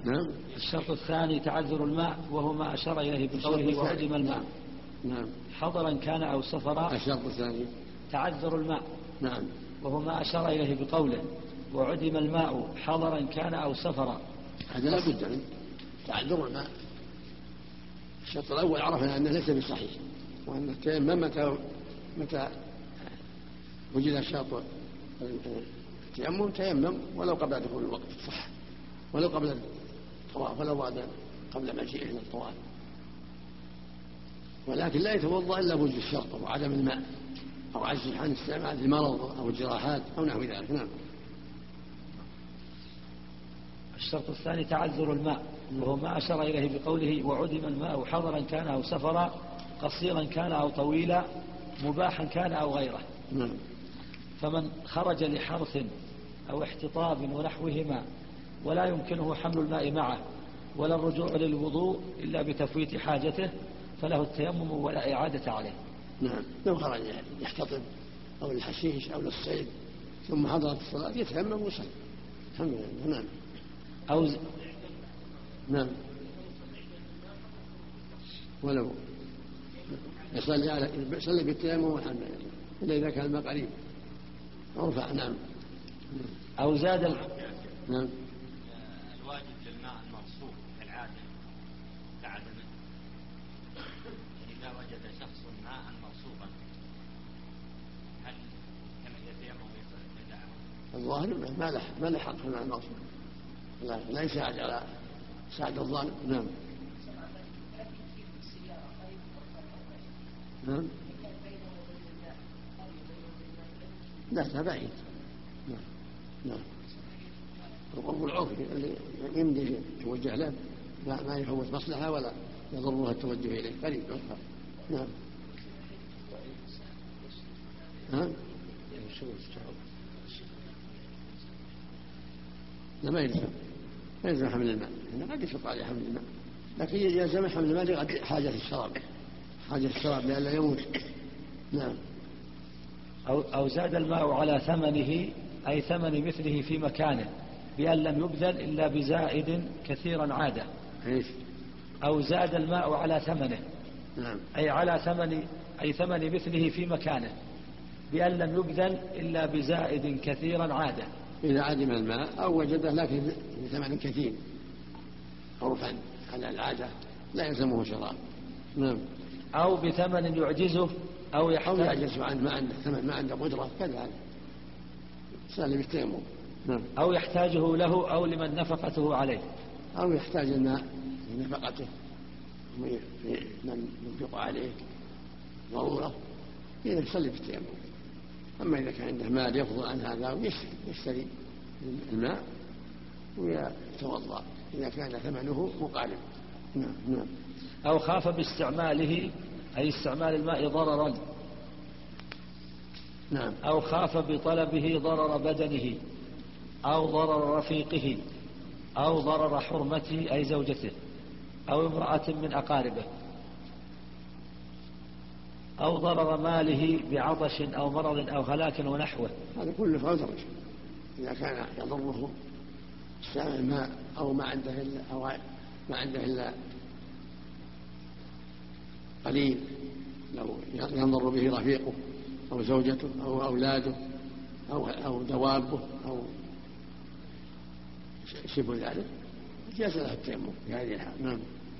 نعم. الشرط الثاني تعذر الماء، وهو ما أشار إليه بقوله وعدم الماء. نعم. حضرا كان أو سفرا. الشرط الثاني تعذر الماء. نعم. وهو ما أشار إليه بقوله وعدم الماء حضرا كان أو سفرا. هذا لا بد من تعذر الماء. الشرط الأول عرفنا أنه ليس بصحيح، وأن التيمم متى وجد الشرط التيمم تيمم ولو قبل دخول الوقت صح، ولو قبل الطواف، ولو قبل مجيئه إلى الطواف، ولكن لا يتوضأ إلا بوجود الشرط وعدم الماء أو عجز عن استعمال المرض أو الجراحات أو نحو ذلك. نعم. الشرط الثاني تعذر الماء، وهو ما أشار إليه بقوله وعدم الماء حضرا كان أو سفرا، قصيرا كان أو طويلا، مباحا كان أو غيره. نعم. فمن خرج لحرث أو احتطاب ونحوهما ولا يمكنه حمل الماء معه ولا الرجوع للوضوء إلا بتفويت حاجته فله التيمم ولا إعادة عليه. نعم. لو خرج يحتطب أو للحشيش أو للصيد ثم حضرت الصلاة يتيمم ويصلي. الحمد لله. نعم. نعم. ولو يصلي بالتيمم والحمد لله إلا إذا كان الماء قريب أرفع. نعم. أو زاد نعم. الواجب للماء المغصوب كالعادة كعدمه، إذا وجد شخص ماء مغصوبا هل يتيمم يدعمه؟ الظاهر ما له حق في الماء المغصوب، لا يساعد على ساعد الظالم. نعم. نعم. لا بعيد. نعم. نعم. القرب العرفي اللي يمدي يتوجه له ما يفوت مصلحة ولا يضره التوجه إليه قريب. نعم. ها؟ لا ما يلزم حمل الماء، إنه قد يشق عليه حمل الماء، لكن يلزم حمل الماء لقد حاجة الشراب لئلا يموت. نعم. أو زاد الماء على ثمنه أي ثمن مثله في مكانه بأن لم يبذل إلا بزائد كثيرا عادة. أو زاد الماء على ثمنه. نعم. أي على ثمن مثله في مكانه بأن لم يبذل إلا بزائد كثيرا عادة. إذا عدم الماء أو وجده لكن بثمن كثير عرفا على العادة لا يلزمه شراب. نعم. أو بثمن يعجزه أو يعجز ما عنده ثمن، ما عنده قدرة كذلك سالم بالتيمم. نعم. أو يحتاجه له أو لمن نفقته عليه، أو يحتاج الماء لنفقته من ينفق عليه ضرورة إذا يصلي بالتيمم. أما إذا كان عنده مال يفضل عن هذا يشتري الماء ويتوضأ إذا كان ثمنه مقارب. نعم. أو خاف باستعماله أي استعمال الماء ضررا. نعم. أو خاف بطلبه ضرر بدنه أو ضرر رفيقه أو ضرر حرمته أي زوجته أو امرأة من أقاربه أو ضرر ماله بعطش أو مرض أو هلاك ونحوه. هذا كله فوزر إذا كان يضره استعمال الماء أو ما عنده إلا قليل، لو ينضر به رفيقه أو زوجته أو أولاده أو دوابه أو شبه ذلك جاز له التيمم في هذه الحال. نعم.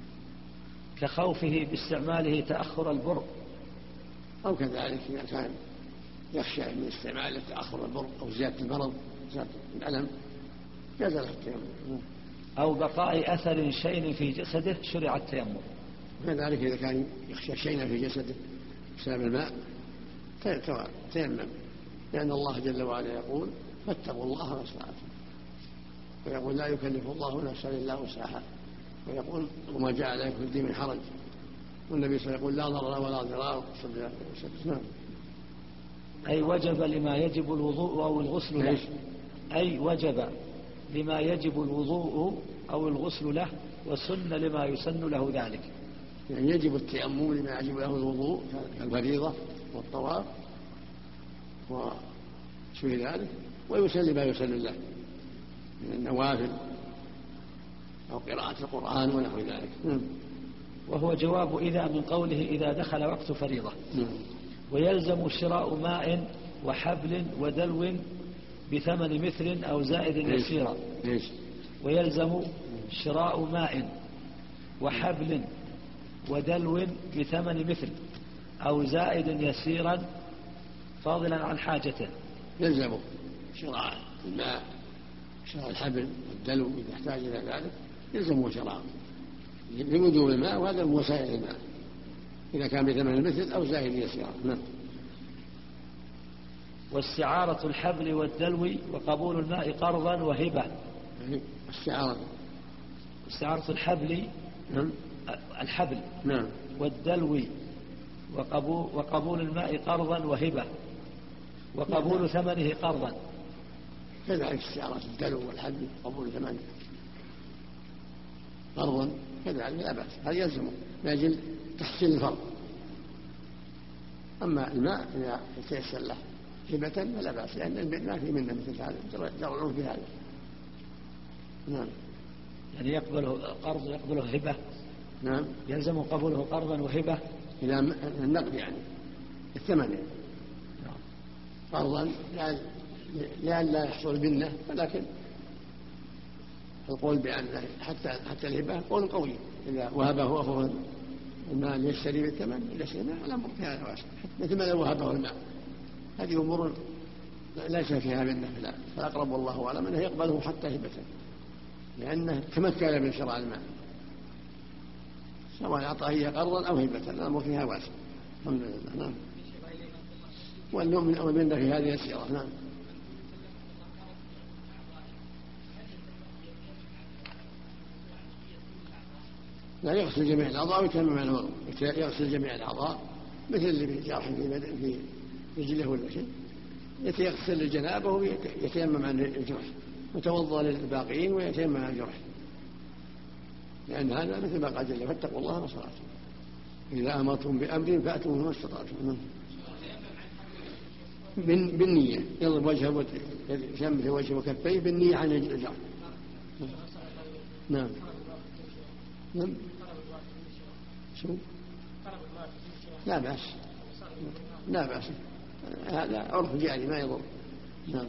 كخوفه باستعماله تأخر البر، أو كذلك إذا كان يخشى من استعماله تأخر البر أو زيادة المرض زيادة الألم جاز له التيمم. أو بقاء أثر شيء في جسده شرع التيمم. كذلك إذا كان يخشى شيئا في جسده بسبب الماء تيمم، لأن الله جل وعلا يقول فاتقوا الله ما استطعتم، ويقول لا يكلف الله نفسا إلا وسعها، ويقول وما جعل عليكم في الدين من حرج، والنبي صلى الله عليه وسلم يقول لا ضرر ولا ضرار. نعم. أي وجب لما يجب الوضوء أو الغسل له. أي وجب لما يجب الوضوء أو الغسل له، وسن لما يسن له ذلك. يعني يجب التيمم لما يجب له الوضوء كالفريضة والطواف وشبه ذلك، ويسن لما يسن له من النوافل أو قراءة القرآن ونحو ذلك. وهو جواب إذا من قوله إذا دخل وقت فريضة. ويلزم شراء ماء وحبل ودلو بثمن مثل أو زائد يسيرا. ويلزم شراء ماء وحبل ودلو بثمن مثل أو زائد يسيرا فاضلا عن حاجته. يلزم شراء الماء، شراء الحبل والدلو إذا احتاج إلى ذلك يلزم شراء لوجوب الماء، وهذا هو وسائل الماء إذا كان بثمن مثل أو زائد يسيرا. واستعارة الحبل والدلو وقبول الماء قرضا وهبة. استعارة الحبل الحبل والدلو وقبول الماء قرضا وهبة وقبول ثمنه قرضا. كذلك استعارة الدلو والحبل قبول ثمنه قرضا كذلك لا بأس، هذا يلزمه لأجل تحصيل الفرض. أما الماء إذا يتيسر له هبة فلا بأس، لأن الماء في منه مثل هذا درعون في هذا. يعني يقبله قرض يقبله هبة. يلزم قبوله قرضا وهبة إلى النقد يعني الثمن يعني. قرضا لأن لا يحصل منه، ولكن القول بأن حتى الهبة قول قوي، إذا وهبه أخوه المال يشتري بالثمن يشتري المال الأمر في هذا واسع، مثل ما لو وهبه المال. هذه أمور ليس فيها منه، فالأقرب والله أعلم أنه يقبله حتى هبة، لأنه تمكن من شراء المال سواء أعطاه هي قرضا أو هبة، الأمر فيها واسع الحمد لله. والنؤمن أمنا في هذه السيرة. لا يغسل جميع الأعضاء ويتيمم عن الوضوء، يغسل جميع الأعضاء مثل اللي في جرح في رجله ولا شيء، يغسل الجنابة ويتيمم عن الجرح، وتوضأ للباقين ويتيمم عن الجرح، لأن هذا مثل ما قال جل: فاتقوا الله ما استطعتم، إذا أمرتم بأمر فأتوا ما استطعتم. بالنية يضرب وجهه يشمل وجهه وكفيه بالنية عن الجرح. نعم. لا بأس هذا عرف جاري ما يضر. نعم.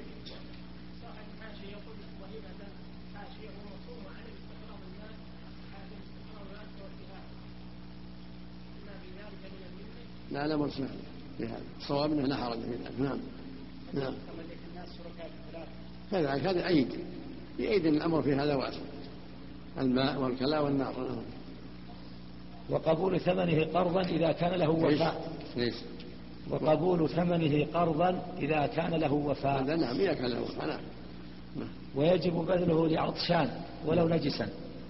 لا مرسل في هذا، الصواب انه لا حرج في ذلك. نعم. هذا يؤيد الامر في هذا واسع، الماء والكلاء والنار. وقبول ثمنه قرضا إذا كان له وفاء. وقبول ثمنه قرضا إذا كان له وفاء. نعم إذا كان له وفاء. ويجب بذله لعطشان ولو نجسا.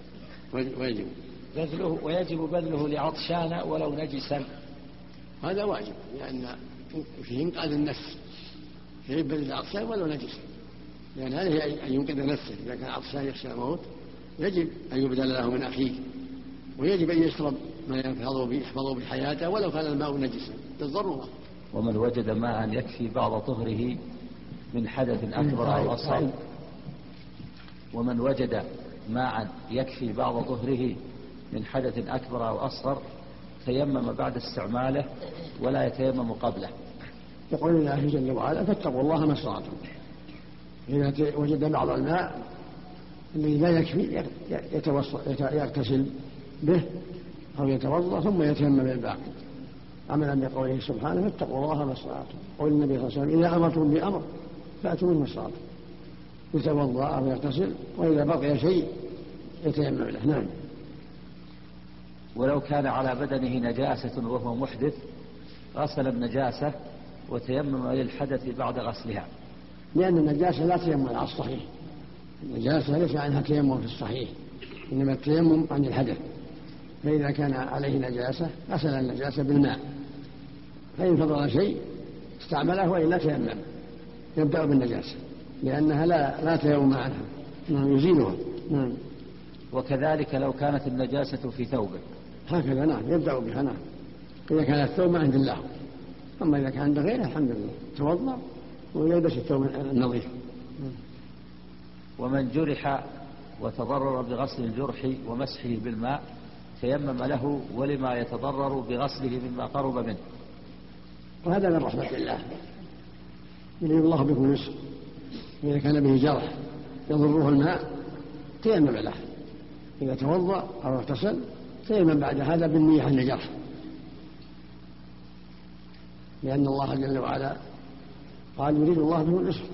ويجب بذله لعطشان ولو نجسا. هذا واجب، لأن فيه إنقاذ النفس، يجب بذل العطشان ولو نجسا، لأن هذا أن ينقذ نفسه. إذا كان عطشان يخشى الموت يجب أن يبذل له من أخيه، ويجب أن يشرب ما يحفظه بحياته ولو كان الماء نجسا بالضرورة. ومن وجد ماء يكفي بعض طهره من حدث أكبر أو أصغر. ومن وجد ماء يكفي بعض طهره من حدث أكبر أو أصغر تيمم بعد استعماله ولا يتيمم قبله. يقول الله جل وعلا: فاتقوا الله ما استطعتم. إذا وجد بعض الماء الذي لا يكفي يغتسل به أو يتوضأ ثم يتيمم بالباقي، عملا بقوله سبحانه: فاتقوا الله ما استطعتم. قول النبي صلى الله عليه وسلم: إذا أمرتم بأمر فأتوا منه ما استطعتم. يتوضأ أو يغتسل، وإذا بقي شيء يتيمم له. نعم. ولو كان على بدنه نجاسة وهو محدث غسل النجاسة وتيمم للحدث بعد غسلها، لأن النجاسة لا تيمم على الصحيح. النجاسة ليس عنها تيمم في الصحيح، إنما التيمم عن الحدث. فإذا كان عليه نجاسة غسل النجاسة بالماء، فإن فضل شيء استعمله وإلا تيمم. يبدأ بالنجاسة لأنها لا تيمم عنها، يزيلها. وكذلك لو كانت النجاسة في ثوبه هكذا. نعم، يبدأ بها. نعم، إذا كان الثوب ما عند الله. أما إذا كان عند غيره الحمد لله توضأ ويلبس الثوب النظيف. ومن جرح وتضرر بغسل الجرح ومسحه بالماء تيمم له ولما يتضرر بغسله مما قرب منه. وهذا من رحمة الله يريد الله بكم يسر. إذا كان به جرح يضره الماء تيمم له، إذا توضأ أو اغتسل تيمم بعد هذا بالنية عن الجرح، لأن الله جل وعلا قال يريد الله بكم اليسر،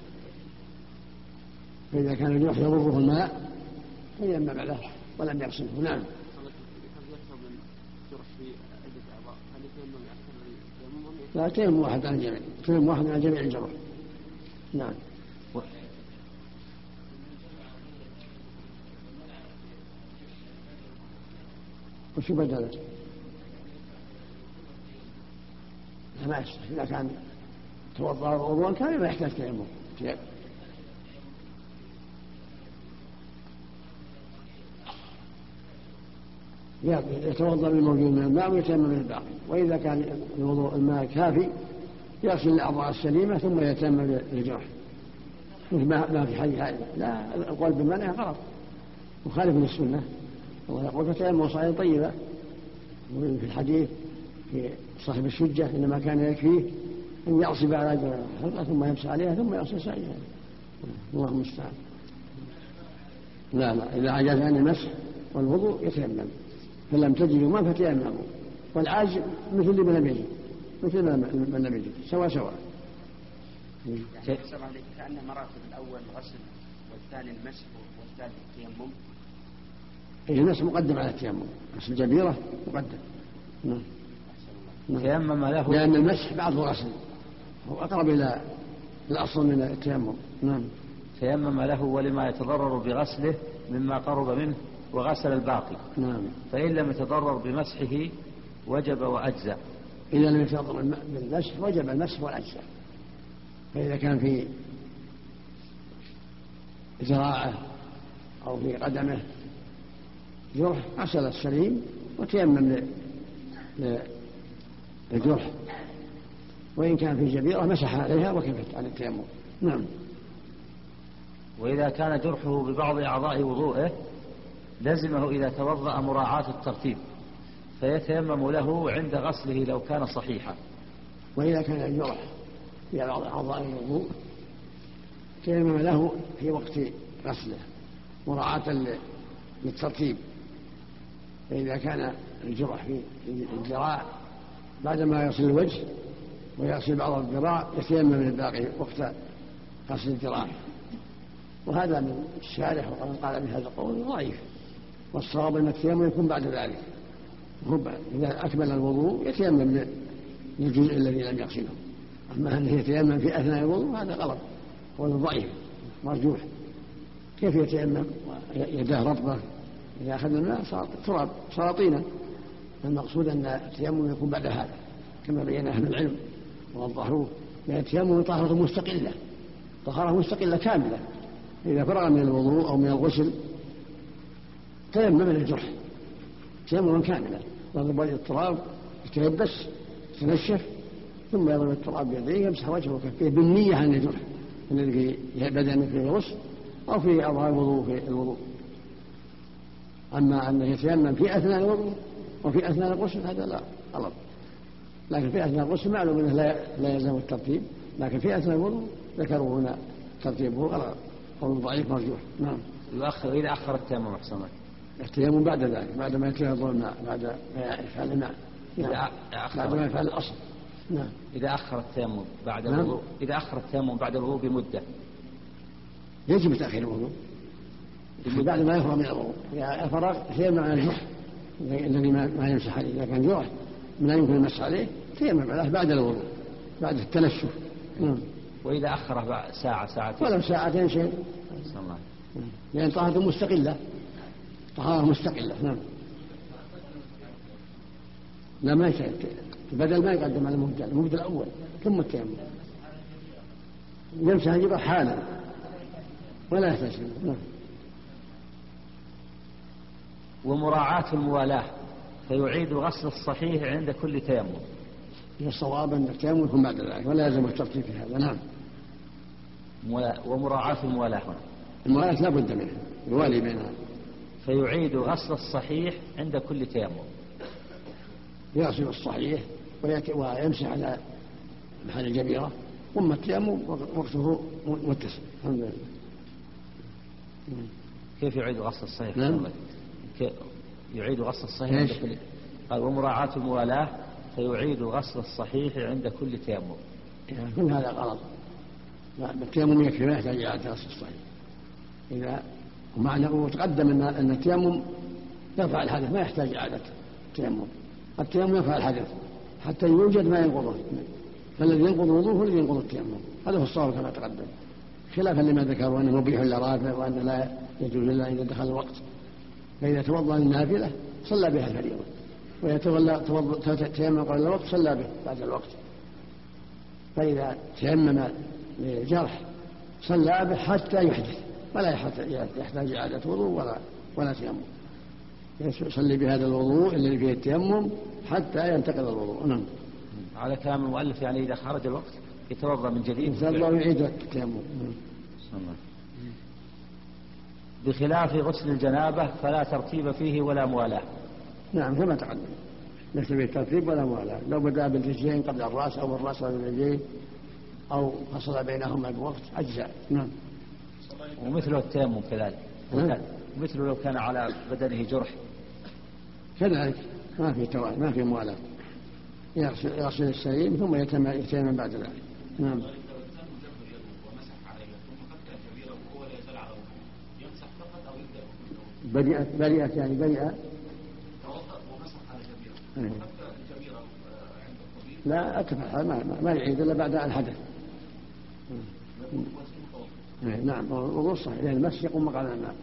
فإذا كان الجرح يضره الماء تيمم له ولم يغسله. نعم. لا، تيمم واحد عن الجميع، تيمم واحد عن جميع الجروح. نعم. وشو بدله؟ ما يصح، إذا كان توضأ وضوءا كان لا يحتاج تيمم. يتوضأ بالموجود من الماء ويتيمم من الباقي، وإذا كان الوضوء الماء كافي يغسل الأعضاء السليمة ثم يتيمم للجرح. ما في حديث هذا، لا، القول بالمنع غلط مخالف للسنة. الله يقول فتيمموا صعيدا طيبا، وفي الحديث في صاحب الشجة إنما كان يكفيه أن يعصب على الحلقة ثم يمسح عليها ثم يغسل سائرها. الله المستعان. لا، إذا عجز عن المسح والوضوء يتيمم، فلم تجدوا ما فتيمموا، والعاجز مثل من لم يجد، مثل من لم يجد، سواء. كأن مراتب الأول غسل والثاني المسح والثالث التيمم. المسح مقدم على التيمم، غسل الجبيرة مقدم. نعم. تيمم له، لأن المسح بعض غسل هو أقرب إلى الأصل من التيمم. نعم. تيمم له ولما يتضرر بغسله مما قرب منه وغسل الباقي. نعم. فإن لم يتضرر بمسحه وجب وأجزأ. إذا لم يتضرر بالمسح وجب المسح والأجزاء. فإذا كان في ذراعه أو في قدمه جرح غسل السليم وتيمم للجرح، وإن كان في جبيرة مسح عليها وكفت عن التيمم. نعم. وإذا كان جرحه ببعض أعضاء وضوءه لزمه إذا توضأ مراعاة الترتيب فيتيمم له عند غسله لو كان صحيحا. وإذا كان الجرح في بعض أعضاء الوضوء تيمم له في وقت غسله مراعاة للترتيب. فإذا كان الجرح في الذراع بعدما يغسل الوجه ويغسل بعض الذراع يتيمم الباقي وقت غسل الذراع. وهذا من الشارح وقد قال بهذا القول ضعيف، والصواب أن التيمم يكون بعد ذلك. إذا أكمل الوضوء يتيمم للجزء الذي لم يغسله، أما أنه يتيمم في أثناء الوضوء هذا غلط، هو ضعيف مرجوح. كيف يتيمم يداه رطبة؟ إذا أخذ الماء صار تراب، صار طينا. المقصود أن التيمم يكون بعد هذا كما بين أهل العلم ووضحوه، لأن التيمم طهارة مستقلة، طهارة مستقلة كاملة. إذا فرغ من الوضوء أو من الغسل تيمم من الجرح تيمما كاملا، يضرب التراب يتيبس يتنشف ثم يضرب التراب بيديه يمسح وجهه وكفيه بالنية عن الجرح الذي في بدنه في الغسل أو في أعضاء الوضوء في الوضوء. أما أنه يتيمم في أثناء الوضوء وفي أثناء الغسل هذا لا غلط، لكن في أثناء الغسل معلوم أنه لا يلزم الترتيب، لكن في أثناء الوضوء ذكروا هنا ترتيبه غلط أو ضعيف مرجوح. نعم. إذا أخر التيمم أحسنت التيمم بعد ذلك بعد ما يتيضا الماء بعد ما يفعل الماء. نعم. بعد ما يفعل الأصل. نعم. إذا أخر التيمم بعد الوضوء، إذا أخر التيمم بعد الوضوء بمدة يجب تأخير الوضوء بعد ما يفرغ من الوضوء. إذا فرغ تيمم على الجرح الذي ما يمسح عليه، إذا كان جرح لا يمكن المسح عليه تيمم عليه بعد الوضوء بعد التنشف. نعم. وإذا أخره ساعة ولو ساعتين شيء، لأن طهارة مستقلة، طهارة مستقلة. نعم. لا ما يشاء البدل ما يقدم على المبدأ الأول ثم التيمم، يمسح الجبهة حالا ولا يحتاج. نعم. ومراعاة الموالاة فيعيد الغسل الصحيح عند كل تيمم. الصواب أن التيمم يكون بعد ذلك ولا يلزم الترتيب في هذا. نعم. ومراعاة الموالاة الموالاة لا بد منها، يوالي بينها. فيعيد غسل الصحيح عند كل تيمم. يغسل الصحيح ويمسح على محل الجبيرة، ثم التيمم وقته متصل. الحمد لله. كيف يعيد غسل الصحيح؟ نعم. يعيد غسل الصحيح عند كل. قال ومراعاة الموالاة فيعيد غسل الصحيح عند كل تيمم. يعني كل هذا غلط. التيمم يكفي، ما يحتاج إلى غسل الصحيح. إذا وتقدم أن التيمم يرفع الحدث، ما يحتاج إعادة التيمم. التيمم يرفع الحدث حتى يوجد ما ينقضه، فالذي ينقض الوضوء هو الذي ينقض التيمم. هذا هو الصواب كما تقدم، خلافا لما ذكروا أنه مبيح لرافع وأن لا يجوز إلا إذا دخل الوقت. فإذا توضأ للنافلة صلى بها الفريضة، وإذا تيمم قبل الوقت صلى به بعد الوقت. فإذا تيمم للجرح صلى به حتى يحدث، ولا يحتاج إعادة وضوء ولا تيمم. يصلي بهذا الوضوء الذي فيه التيمم حتى ينتقل الوضوء. نعم. على كلام المؤلف يعني إذا خرج الوقت يتوضأ من جديد ويعيد التيمم. بخلاف غسل الجنابة فلا ترتيب فيه ولا موالاة. نعم كما تقدم، ليس فيه ترتيب ولا موالاة. لو بدأ بالرجلين قبل الرأس أو الرأس قبل الرجلين أو فصل بينهما بوقت أجزاء. نعم. ومثله التيمم كذلك. مثله لو كان على بدنه جرح كذلك ما في موالاة، يغسل السليم ثم يتيمم بعد ذلك. نعم. بريئة يعني بريئة. لا أتفق، ما يعيد إلا بعد الحدث. نعم. وضوء صحيح لأن المس يقوم مقعد الماء.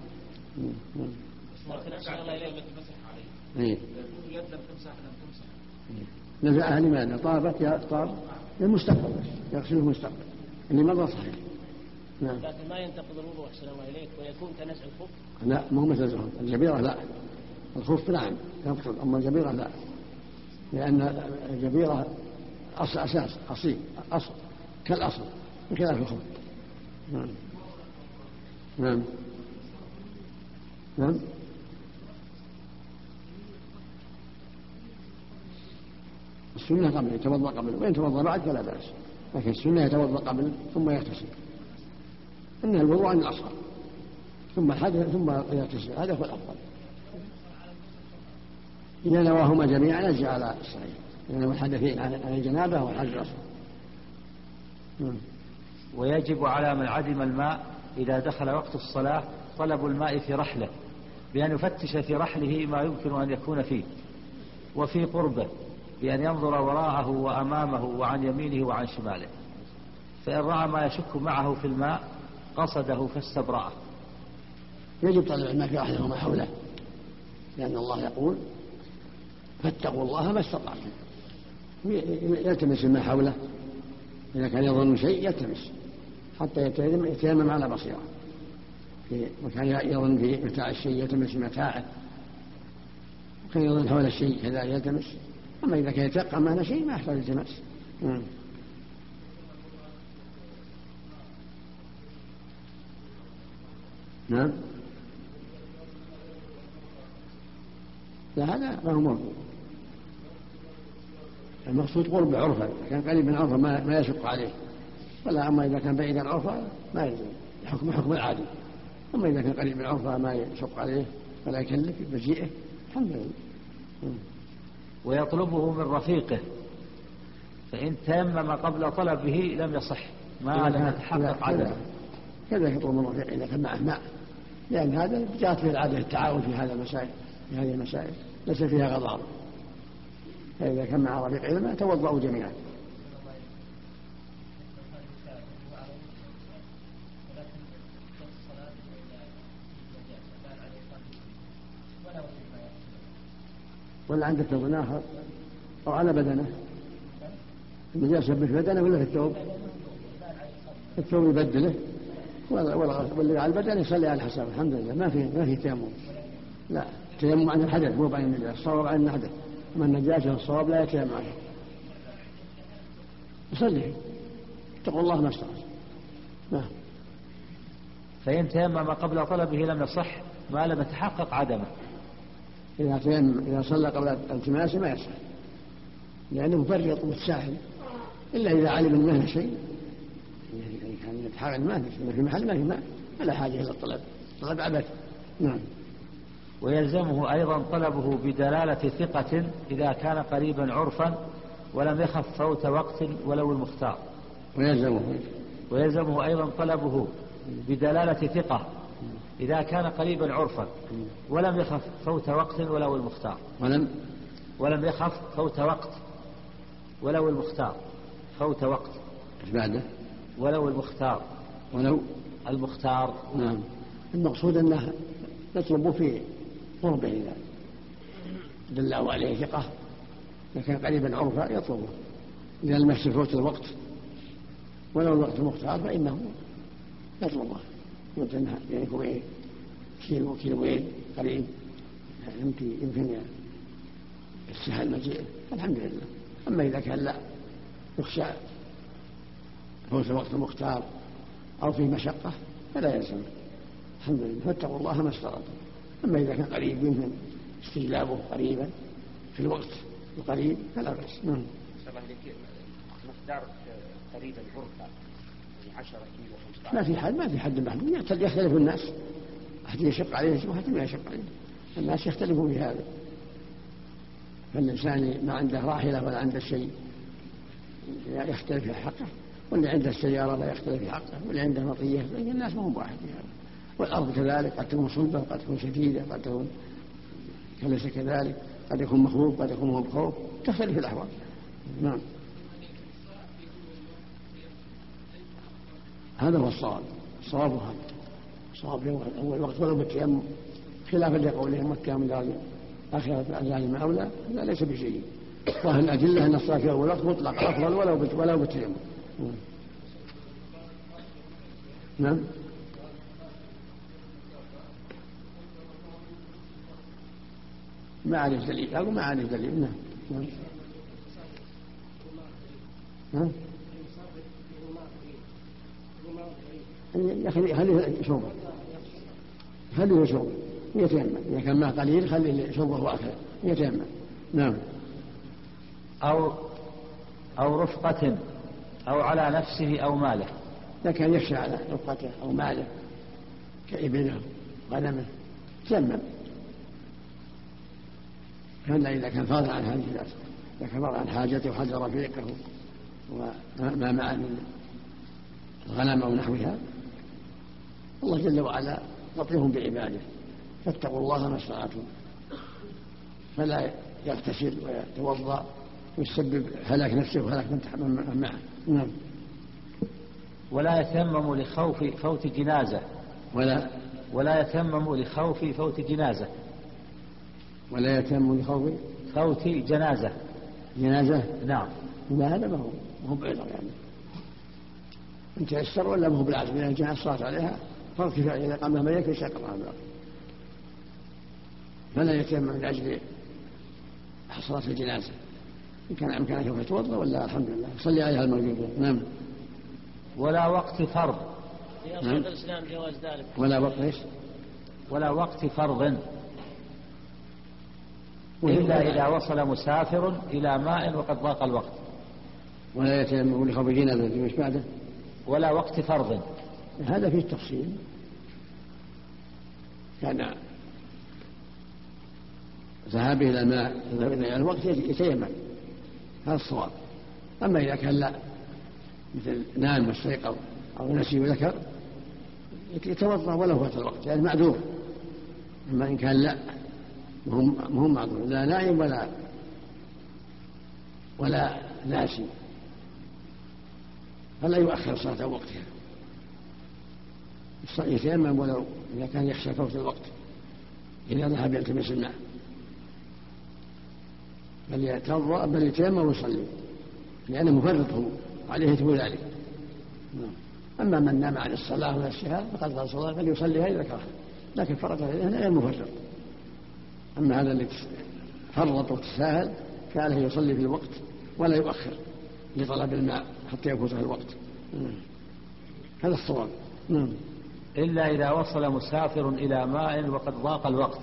نزعها لماذا؟ طابت يا طاب المستقبل، يغسله مستقبل اللي مضى صحيح. نعم. لكن ما ينتقض الوضوء أحسن الله إليك ويكون كنزع الخف. لا مو مثل الجبيرة، لا. الخف نعم ينتقض، أما الجبيرة لا، لأن الجبيرة أساس أصيل، أصل كالأصل بخلاف الخف. نعم. نعم. نعم. السنة قبل يتوضأ قبل، وإن توضأ بعد فلا بأس، لكن السنة يتوضأ قبل ثم يغتسل. إنها الوضوء عن الأصغر ثم الحدث ثم يغتسل، هذا هو الأفضل. إذا نواهما جميعا يجزي على الصحيح، إذا نوى الحدثين عن الجنابة والحدث الأصغر. ويجب على من عدم الماء إذا دخل وقت الصلاة طلب الماء في رحله، بأن يفتش في رحله ما يمكن أن يكون فيه وفي قربه، بأن ينظر وراءه وأمامه وعن يمينه وعن شماله، فإن رأى ما يشك معه في الماء قصده فاستبرأه. يجب طلب الماء في رحله وما حوله، لأن الله يقول فاتقوا الله ما استطعتم. يلتمس الماء حوله، إذا كان يظن شيء يلتمس حتى يتيمم على بصيرة. وكان يظن في متاع الشيء يلتمس متاعه، وكان يظن حول الشيء كذا يلتمس. أما إذا كان يتيقن معنا شيء ما يحتاج التماس. نعم. لا هذا ما هو موجود، المقصود قرب عرفة، كان قريب من عرفة ما يشق عليه، ولا أما إذا كان بعيدا عرفة ما يلزم، حكم العادي. أما إذا كان قريب من عرفة ما يشق عليه ولا يكلف بجيئه الحمد لله. ويطلبه من رفيقه، فإن تيمم قبل طلبه لم يصح ما لم يتحقق عدده. كذا يطلب من رفيقه إذا كان معه ماء، لأن هذا جاءت فيه العادة التعاون في هذه المسائل ليس فيها غضاض. فإذا كان مع رفيق علمه توضأوا جميعا. ولا عندك ثوب آخر أو على بدنه، النجاسة في بدنه ولا في الثوب؟ الثوب يبدله واللي على البدن يصلي على الحساب. الحمد لله ما في تيمم. لا، تيمم عن الحدث مو عن النجاسة، الصواب عن الحدث. أما النجاسة الصواب لا يتيمم عنه، يصلي اتقوا الله ما استطعتم. نعم. فإن تيمم قبل طلبه لم يصح ما لم يتحقق عدمه. إذا صلى قبل التماسه ما يصح لأنه مفرط متساهل، إلا إذا علم المهنة شيء يعني يتحاول ما في محل ما في ماء ولا حاجة إلى الطلب عبث. نعم. ويلزمه أيضا طلبه بدلالة ثقة إذا كان قريبا عرفا ولم يخف فوت وقت ولو المختار. ويلزمه أيضا طلبه بدلالة ثقة إذا كان قريبا عرفا ولم يخف فوت وقت ولو المختار. ولم يخف فوت وقت ولو المختار. فوت وقت بعده ولو المختار. نعم. المقصود أنه يطلب في قربه إذا دله عليه ثقة، إذا كان قريبا عرفا يطلبه، إذا لم يحصل فوت الوقت ولو الوقت المختار فإنه يطلبه، يمكن يعني كيلوين قريب يمكن السهل مجيء الحمد لله. أما إذا كان لا يخشى فوت الوقت المختار أو فيه مشقة فلا يلزم الحمد لله، فاتقوا الله ما استطعتم. أما إذا كان قريب يمكن استجلابه قريبا في الوقت القريب فلا بأس. مقدار قريبا عرفا 10 كيلو 15 ما في حد محدود، يختلف الناس، أحد يشق عليه وأحد ما يشق عليه، الناس يختلفوا في هذا. فالإنسان ما عنده راحلة ولا عنده شيء يختلف في حقه، واللي عنده السيارة لا يختلف في حقه، واللي عنده مطية، الناس ما هم واحد في هذا. والأرض كذلك قد تكون صلبة قد تكون شديدة قد تكون كليس كذلك، قد يكون مخوف قد يكون مو بخوف، تختلف الأحوال. نعم. هذا هو الصواب هذا صواب أول وقت ولو بالتيمم، خلافا لقولهم والتيمم لازم آخر الأذان أولى، هذا ليس بشيء. ظاهر الأدلة أن الصلاة في أول وقت مطلق أفضل ولو بالتيمم. نعم. ما عليه دليل أو ما عليه دليل. نعم. خليه يشرب يتيمم، إذا كان ماء قليل خليه يشربه وأكله يتيمم. نعم. أو رفقة أو على نفسه أو ماله. إذا كان يخشى على رفقته أو ماله كإبله غنمه تيمم، إذا كان فاضل عن هذه الناس، إذا كان فاضل عن حاجته وحاجة رفيقه وما معه من الغنم أو نحوها، الله جل وعلا لطيف بعباده، فاتقوا الله ما استطعتم، فلا يغتسل ويتوضأ ويسبب هلاك نفسه وهلاك من معه. نعم. ولا يتيمم لخوف فوت جنازة. ولا يتيمم لخوف فوت جنازة. ولا يتيمم لخوف فوت جنازة. نعم. لا هذا ما هو بعذر يعني، إن تيسر ولا ما هو بالعزم، إذا جاء الصلاة عليها فرض كفاية، إذا قام ميت يشاق الله بالأرض، فلا يتيمم من أجل صلاة الجنازة، إن كان أمكانه سوف يتوضأ ولا الحمد لله صلي عليها الموجودة. نعم. ولا وقت فرض. نعم. الإسلام جواز ذلك. ولا وقت فرض إلا إذا وصل مسافر إلى ماء وقد ضاق الوقت. ولا يتيمم لخوف جنازة مش بعده. ولا وقت فرض، هذا فيه تفصيل، كان ذهابه إلى الماء إلى الوقت يتيمم، هذا الصواب. أما إذا كان لا، مثل نام واستيقظ أو نسي وذكر يتوضأ ولو فات الوقت، يعني معذور. أما إن كان لا مهم معذور، لا نائم ولا ناسي، فلا يؤخر صلاة وقتها، يتيمم ولو إذا كان يخشى فوت الوقت إذا ذهب يلتمس الماء، بل يتوضأ بل يتيمم ويصلي، لأنه مفرط هو عليه يتم ذلك. أما من نام عن الصلاة ونسيها فقد قال صلاة فليصليها إذا ذكرها، لكن فرط عليه غير المفرط. أما هذا اللي فرط وتساهل فعله يصلي في الوقت ولا يؤخر لطلب الماء حتى يفوته الوقت. هذا الصواب. إلا إذا وصل مسافر إلى ماء وقد ضاق الوقت.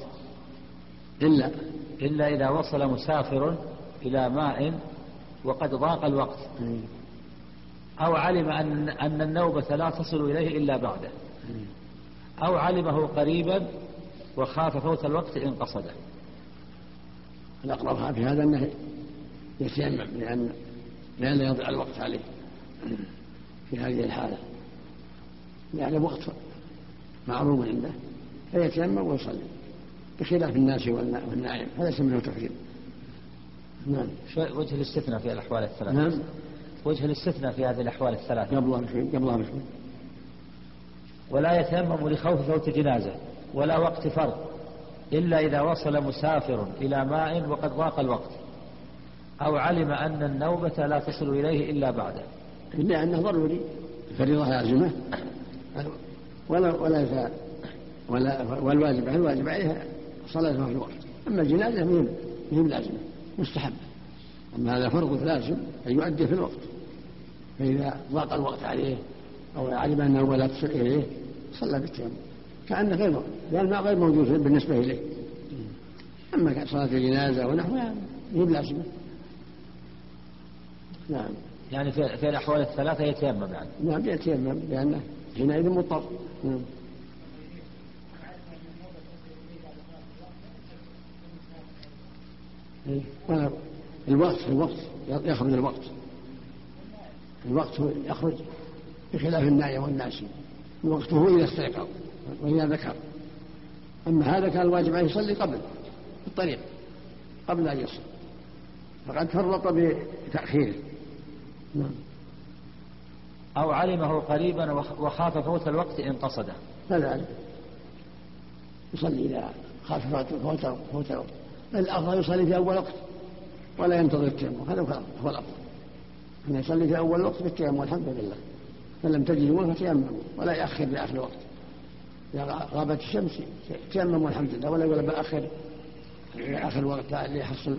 إلا إذا وصل مسافر إلى ماء وقد ضاق الوقت، أو علم أن النوبة لا تصل إليه إلا بعده، أو علمه قريبا وخاف فوت الوقت إن قصده. الأقرب في هذا أنه يتيمم لأن يضيع الوقت عليه في هذه الحالة، لأن الوقت معروف عنده فيتيمم ويصلي، بخلاف الناس والنائم، هذا ليس منه تفريط. نعم. وجه الاستثناء في الأحوال الثلاث. نعم. وجه الاستثناء في هذه الأحوال الثلاث. قبلها بشوي. ولا يتيمم لخوف فوت جنازة ولا وقت فرض إلا إذا وصل مسافر إلى ماء وقد ضاق الوقت، أو علم أن النوبة لا تصل إليه إلا بعده. إلا أنه ضروري، الفريضة لازمة والواجب عليها صلاتها في الوقت. أما الجنازة مهم لازمة مستحب، أما هذا فرض لازم أن يؤدي في الوقت، فإذا ضاق الوقت عليه أو علم أنه لا تصل إليه صلى بالتيمم كأنه لأن الماء غير موجود بالنسبة إليه. أما صلاة الجنازة ونحوها مهم لازمة. نعم. يعني في الأحوال الثلاثة يتيمم يعني. نعم يتيمم لأنه حينئذ مضطر. نعم. الوقت يخرج الوقت يخرج بخلاف النائم والناسي، وقته إذا استيقظ وإذا ذكر. أما هذا كان الواجب عليه يصلي قبل الطريق قبل أن يصل، فقد فرط بتأخيره. نعم. أو علمه قريبا وخاف فوت الوقت إن قصده، فذلك يصلي إذا خاف فوت الوقت. الأفضل يصلي في أول وقت ولا ينتظر التيمم، هذا هو الأفضل، أن يصلي في أول وقت بالتيمم والحمد لله. فلم تجدوا فتيمموا ولا يأخر لآخر الوقت. إذا غابت الشمس تيمموا الحمد لله، ولا يقول بأخر آخر الوقت اللي يحصل.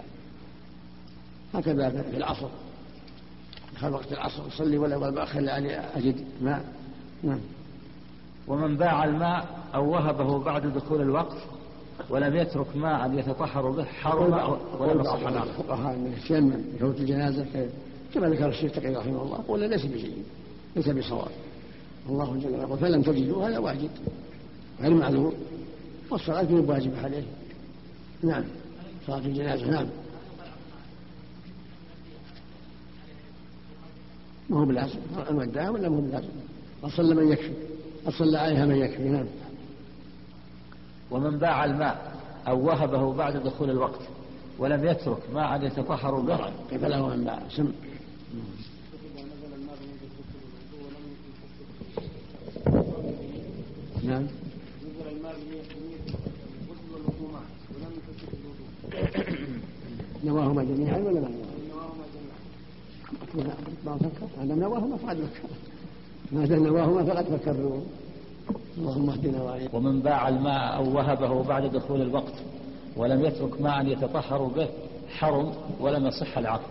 هكذا في العصر، دخل وقت العصر يصلي ولا يقول بأخر لأني أجد ماء. نعم. ومن باع الماء أو وهبه بعد دخول الوقت ولم يترك ماء يتطهر به حرم ولا صح له. الفقهاء أنه يتيمم بفوت الجنازة كما ذكر الشيخ تقي رحمه الله، قول ليس بجيد، ليس بصواب. الله جل وعلا فلم تجدوا هذا واجب غير معذور، والصلاة من واجبة عليه. نعم. صلاة الجنازة. نعم. ما هو بلازم المدعى ولا ما هو بلازم، أصلى من يكفي، أصلى عليها من يكفي. نعم. ومن باع الماء أو وهبه بعد دخول الوقت ولم يترك ماء يتطهر به. كيف له من باع؟ سم. نعم. نواهما جميعا ولا ما هذا نواهما فقد فكر، هذا نواهما فقد فكر. اللهم اهدنا وإياك. ومن باع الماء أو وهبه بعد دخول الوقت ولم يترك ماء يتطهر به حرم ولم يصح العقد.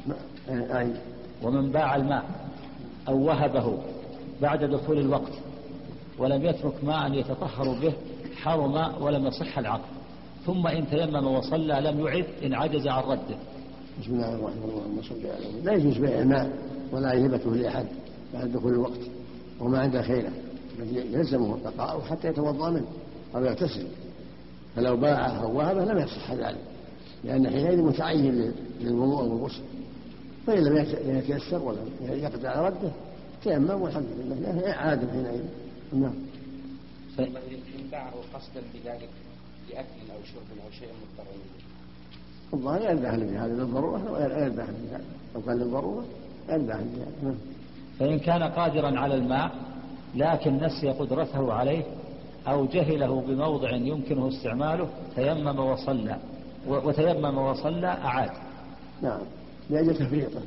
ومن باع الماء أو وهبه بعد دخول الوقت ولم يترك ماء يتطهر به حرم ولم يصح العقد. ثم إن تيمم وصلى لم يعد إن عجز عن رده. بسم الله الرحمن الرحيم. اللهم صل على محمد. لا يجوز بيع الماء ولا هبته لأحد بعد دخول الوقت وما عنده خيره، يلزمه بقاءه حتى يتوضأ منه أو يغتسل. فلو باعه أو وهبه لم يصح ذلك، لأن حينئذ متعين للوضوء والغسل. فإن لم يتيسر ولم يقدر على رده تيمم والحمد لله عاد حينئذ. نعم. إن باعه قصدا بذلك لأكل أو شرب أو شيء مضطر الله لا يلبح بهذا للضرورة ولا يلبح بهذا، لو كان للضرورة لا يلبح بهذا. فإن كان قادرا على الماء لكن نسي قدرته عليه أو جهله بموضع يمكنه استعماله وتيمم وصلى أعاد. نعم. لأجل تفريطه،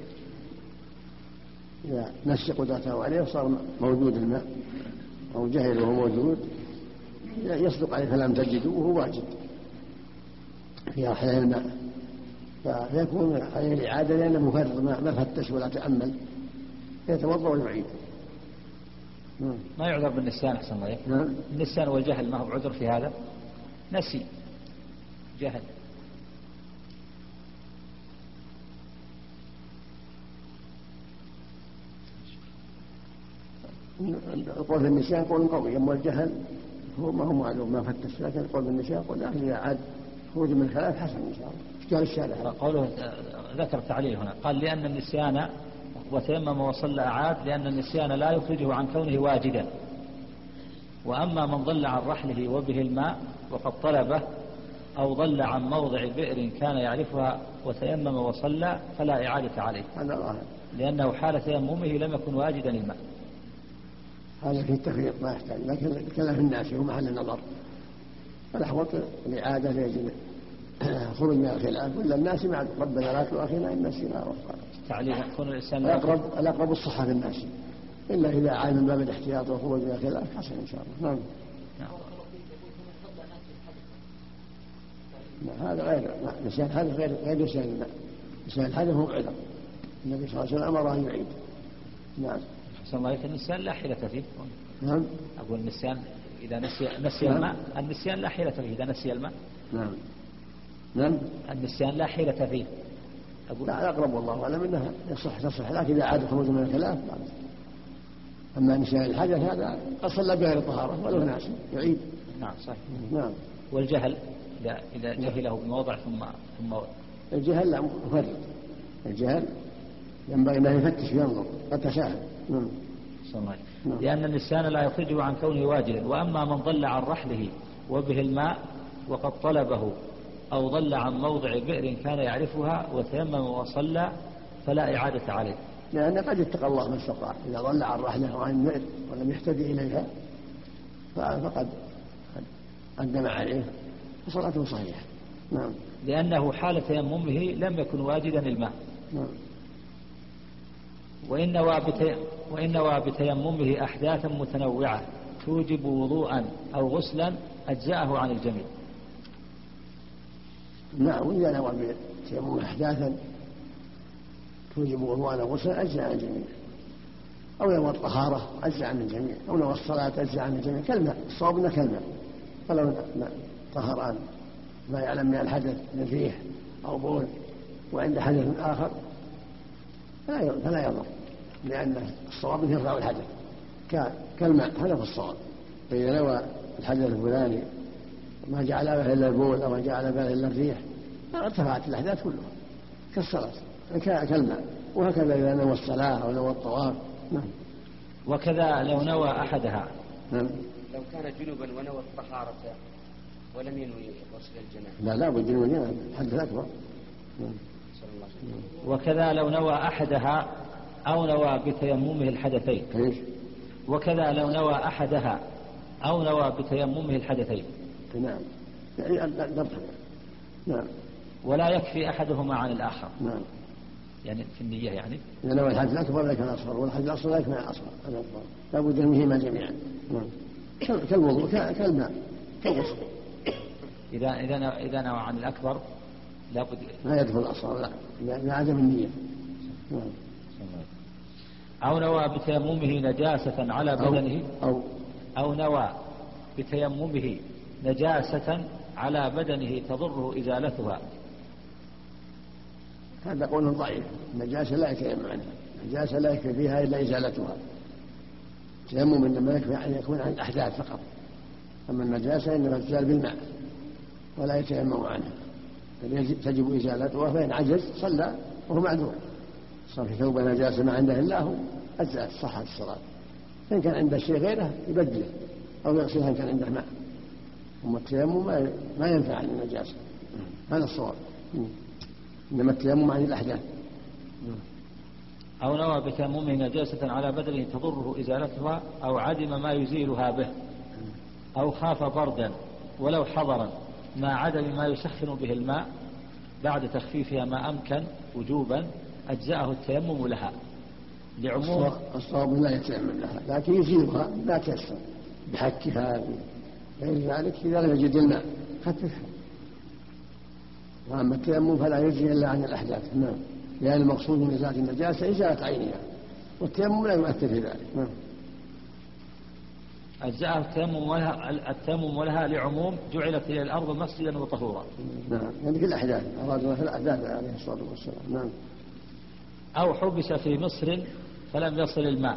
إذا نسي قدرته عليه وصار موجود الماء أو جهل وهو موجود يصدق عليه فلم تجدوا وهو واجب في أحيان الماء، فيكون عليه الإعادة لأنه مفرط ما فتش ولا تأمل، يتوضأ ويعيد. ما يعذر بالنسيان أحسن الله. النسيان والجهل ما هو عذر في هذا؟ نسي جهل. القول في النسيان قول قوي، أما الجهل هو ما هو معلوم ما فتش، لكن القول في النسيان قول إذا عاد خروج من الخلاف حسن إن شاء الله. اشتغل الشارع قوله ذكر تعليل هنا قال لأن النسيان وتيمم وصلى أعاد لأن النسيان لا يخرجه عن كونه واجدا، وأما من ضل عن رحله وبه الماء وقد طلبه أو ضل عن موضع بئر كان يعرفها وتيمم وصلى فلا إعادة عليه لأنه حال تيممه لم يكن واجدا الماء. هذا في التفريط ما يحتاج، لكن الكلام في الناس هو محل النظر، فالأحوط الإعادة ليجب خروج من الخلاف، ولا الناس مع ربنا لا تؤاخذنا إن نسينا أو أخطأنا. تعليل يكون الإنسان الأقرب الصحة في الناس، إلا إذا عاد من باب الاحتياط وخروج من الخلاف حسن إن شاء الله. نعم. هذا غير نسيان، هذا غير نسيان الماء. نسيان الحدث هو عذر، النبي صلى الله عليه وسلم أمر أن يعيد. نعم. حسن الله يكون النسيان لا حيلة فيه. نعم. أقول النسيان إذا نسي الماء، النسيان لا حيلة فيه إذا نسي الماء. نعم. النسيان لا حيلة فيه. لا أقرب والله أعلم أنها تصح، لكن إذا عاد خروج من الخلاف لا. أما نسيان الحدث هذا قد صلى بغير طهارة ولو ناسي يعيد. نعم صحيح. نعم. والجهل إذا جهله بموضع ثم الجهل لا مفرط، الجهل ينبغي أن يفتش وينظر قد تساهل. نعم. لأن النسيان لا يخرجه عن كونه واجدا، وأما من ضل عن رحله وبه الماء وقد طلبه أو ضل عن موضع بئر كان يعرفها وتيمم وصلى فلا إعادة عليه. لأن قد اتقى الله ما استطاع، إذا ضل عن رحله وعن البئر ولم يهتدي إليها فقد قدم عليه وصلاته صحيحة. نعم. لأنه حال تيممه لم يكن واجدا الماء. نعم. وإن نوى بتيممه أحداثا متنوعة توجب وضوءا أو غسلا أجزأه عن الجميع. نعم. وإذا نوى بتيممه أحداثا توجب وضوءا أو غسلا أجزأ عن الجميع، أو نوى الطهارة أجزأ عن الجميع، أو نوى الصلاة أجزأ عن الجميع كالماء. الصواب أنه كالماء، فلو طهران ما يعلم من الحدث من ريح أو بول وعند حدث آخر فلا يضر، لأن الصواب يرفع الحدث كالماء، هذا في الصواب. فإذا نوى الحدث الفلاني ما جعل به إلا البول أو ما جعل به إلا الريح ارتفعت الأحداث كلها كالصلاة كالماء. وهكذا إذا نوى الصلاة أو نوى الطواف. نعم. وكذا لو نوى أحدها. نعم. لو كان جنبا ونوى الطهارة ولم ينوي غسل الجنابة. لا بد من الجنابة حدث أكبر. وكذا لو نوى أحدها أو نوى بتيممه الحدثين. وكذا لو نوى أحدها أو نوى بتيممه الحدثين. نعم. يعني نعم. ولا يكفي أحدهما عن الآخر. نعم. يعني في النية يعني. إذا نوى الحدث الأكبر لا يكفي الأصغر، والحدث الأصغر لا يكفي الأصغر. لا بد منهما جميعا. نعم. كالوضوء كالماء كالغسل. إذا نوى عن الأكبر لابد ما يدخل الأصغر لعدم النية. أو نوى بتيممه نجاسة على بدنه أو نوى بتيممه نجاسة على بدنه تضره إزالتها. هذا قول ضعيف. النجاسة لا يتيمم عنها، النجاسة لا يكفي فيها إلا إزالتها. التيمم إنما يكفي أن يكون عن الأحداث فقط، أما النجاسة إنما تزال بالماء ولا يتيمم عنها، تجب إزالتها. فإن عجز صلى وهو معذور، صار في ثوب نجاسة ما عنده إلا هو أجزأت صحة الصلاة. إن كان عنده شيء غيره يبدله أو يغسلها إن كان عنده ماء. أما التيمم ما ينفع عن النجاسة، هذا الصواب. إنما التيمم عن الأحداث. أو نوى بتيممه نجاسة على بدنه تضره إزالتها أو عدم ما يزيلها به أو خاف بردا ولو حضرا مع عدم ما يسخن به الماء بعد تخفيفها ما أمكن وجوبا أجزأه التيمم لها لعموم. الصواب لا يتيمم لها، لكن يزيلها لا تيسر بحكها غير ذلك إذا لم يجد الماء خففها. وأما التيمم فلا يجزي إلا عن الأحداث. نعم. لأن المقصود من إزالة النجاسة إزالة عينها، والتيمم لا يؤثر في ذلك. نعم. أجزاء التيمم ولها لعموم جعلت إلى الأرض مسجدا وطهورا. نعم، يعني في الأحداث أرادنا في الأحداث عليه الصلاة والسلام. نعم. أو حبس في مصر فلم يصل الماء.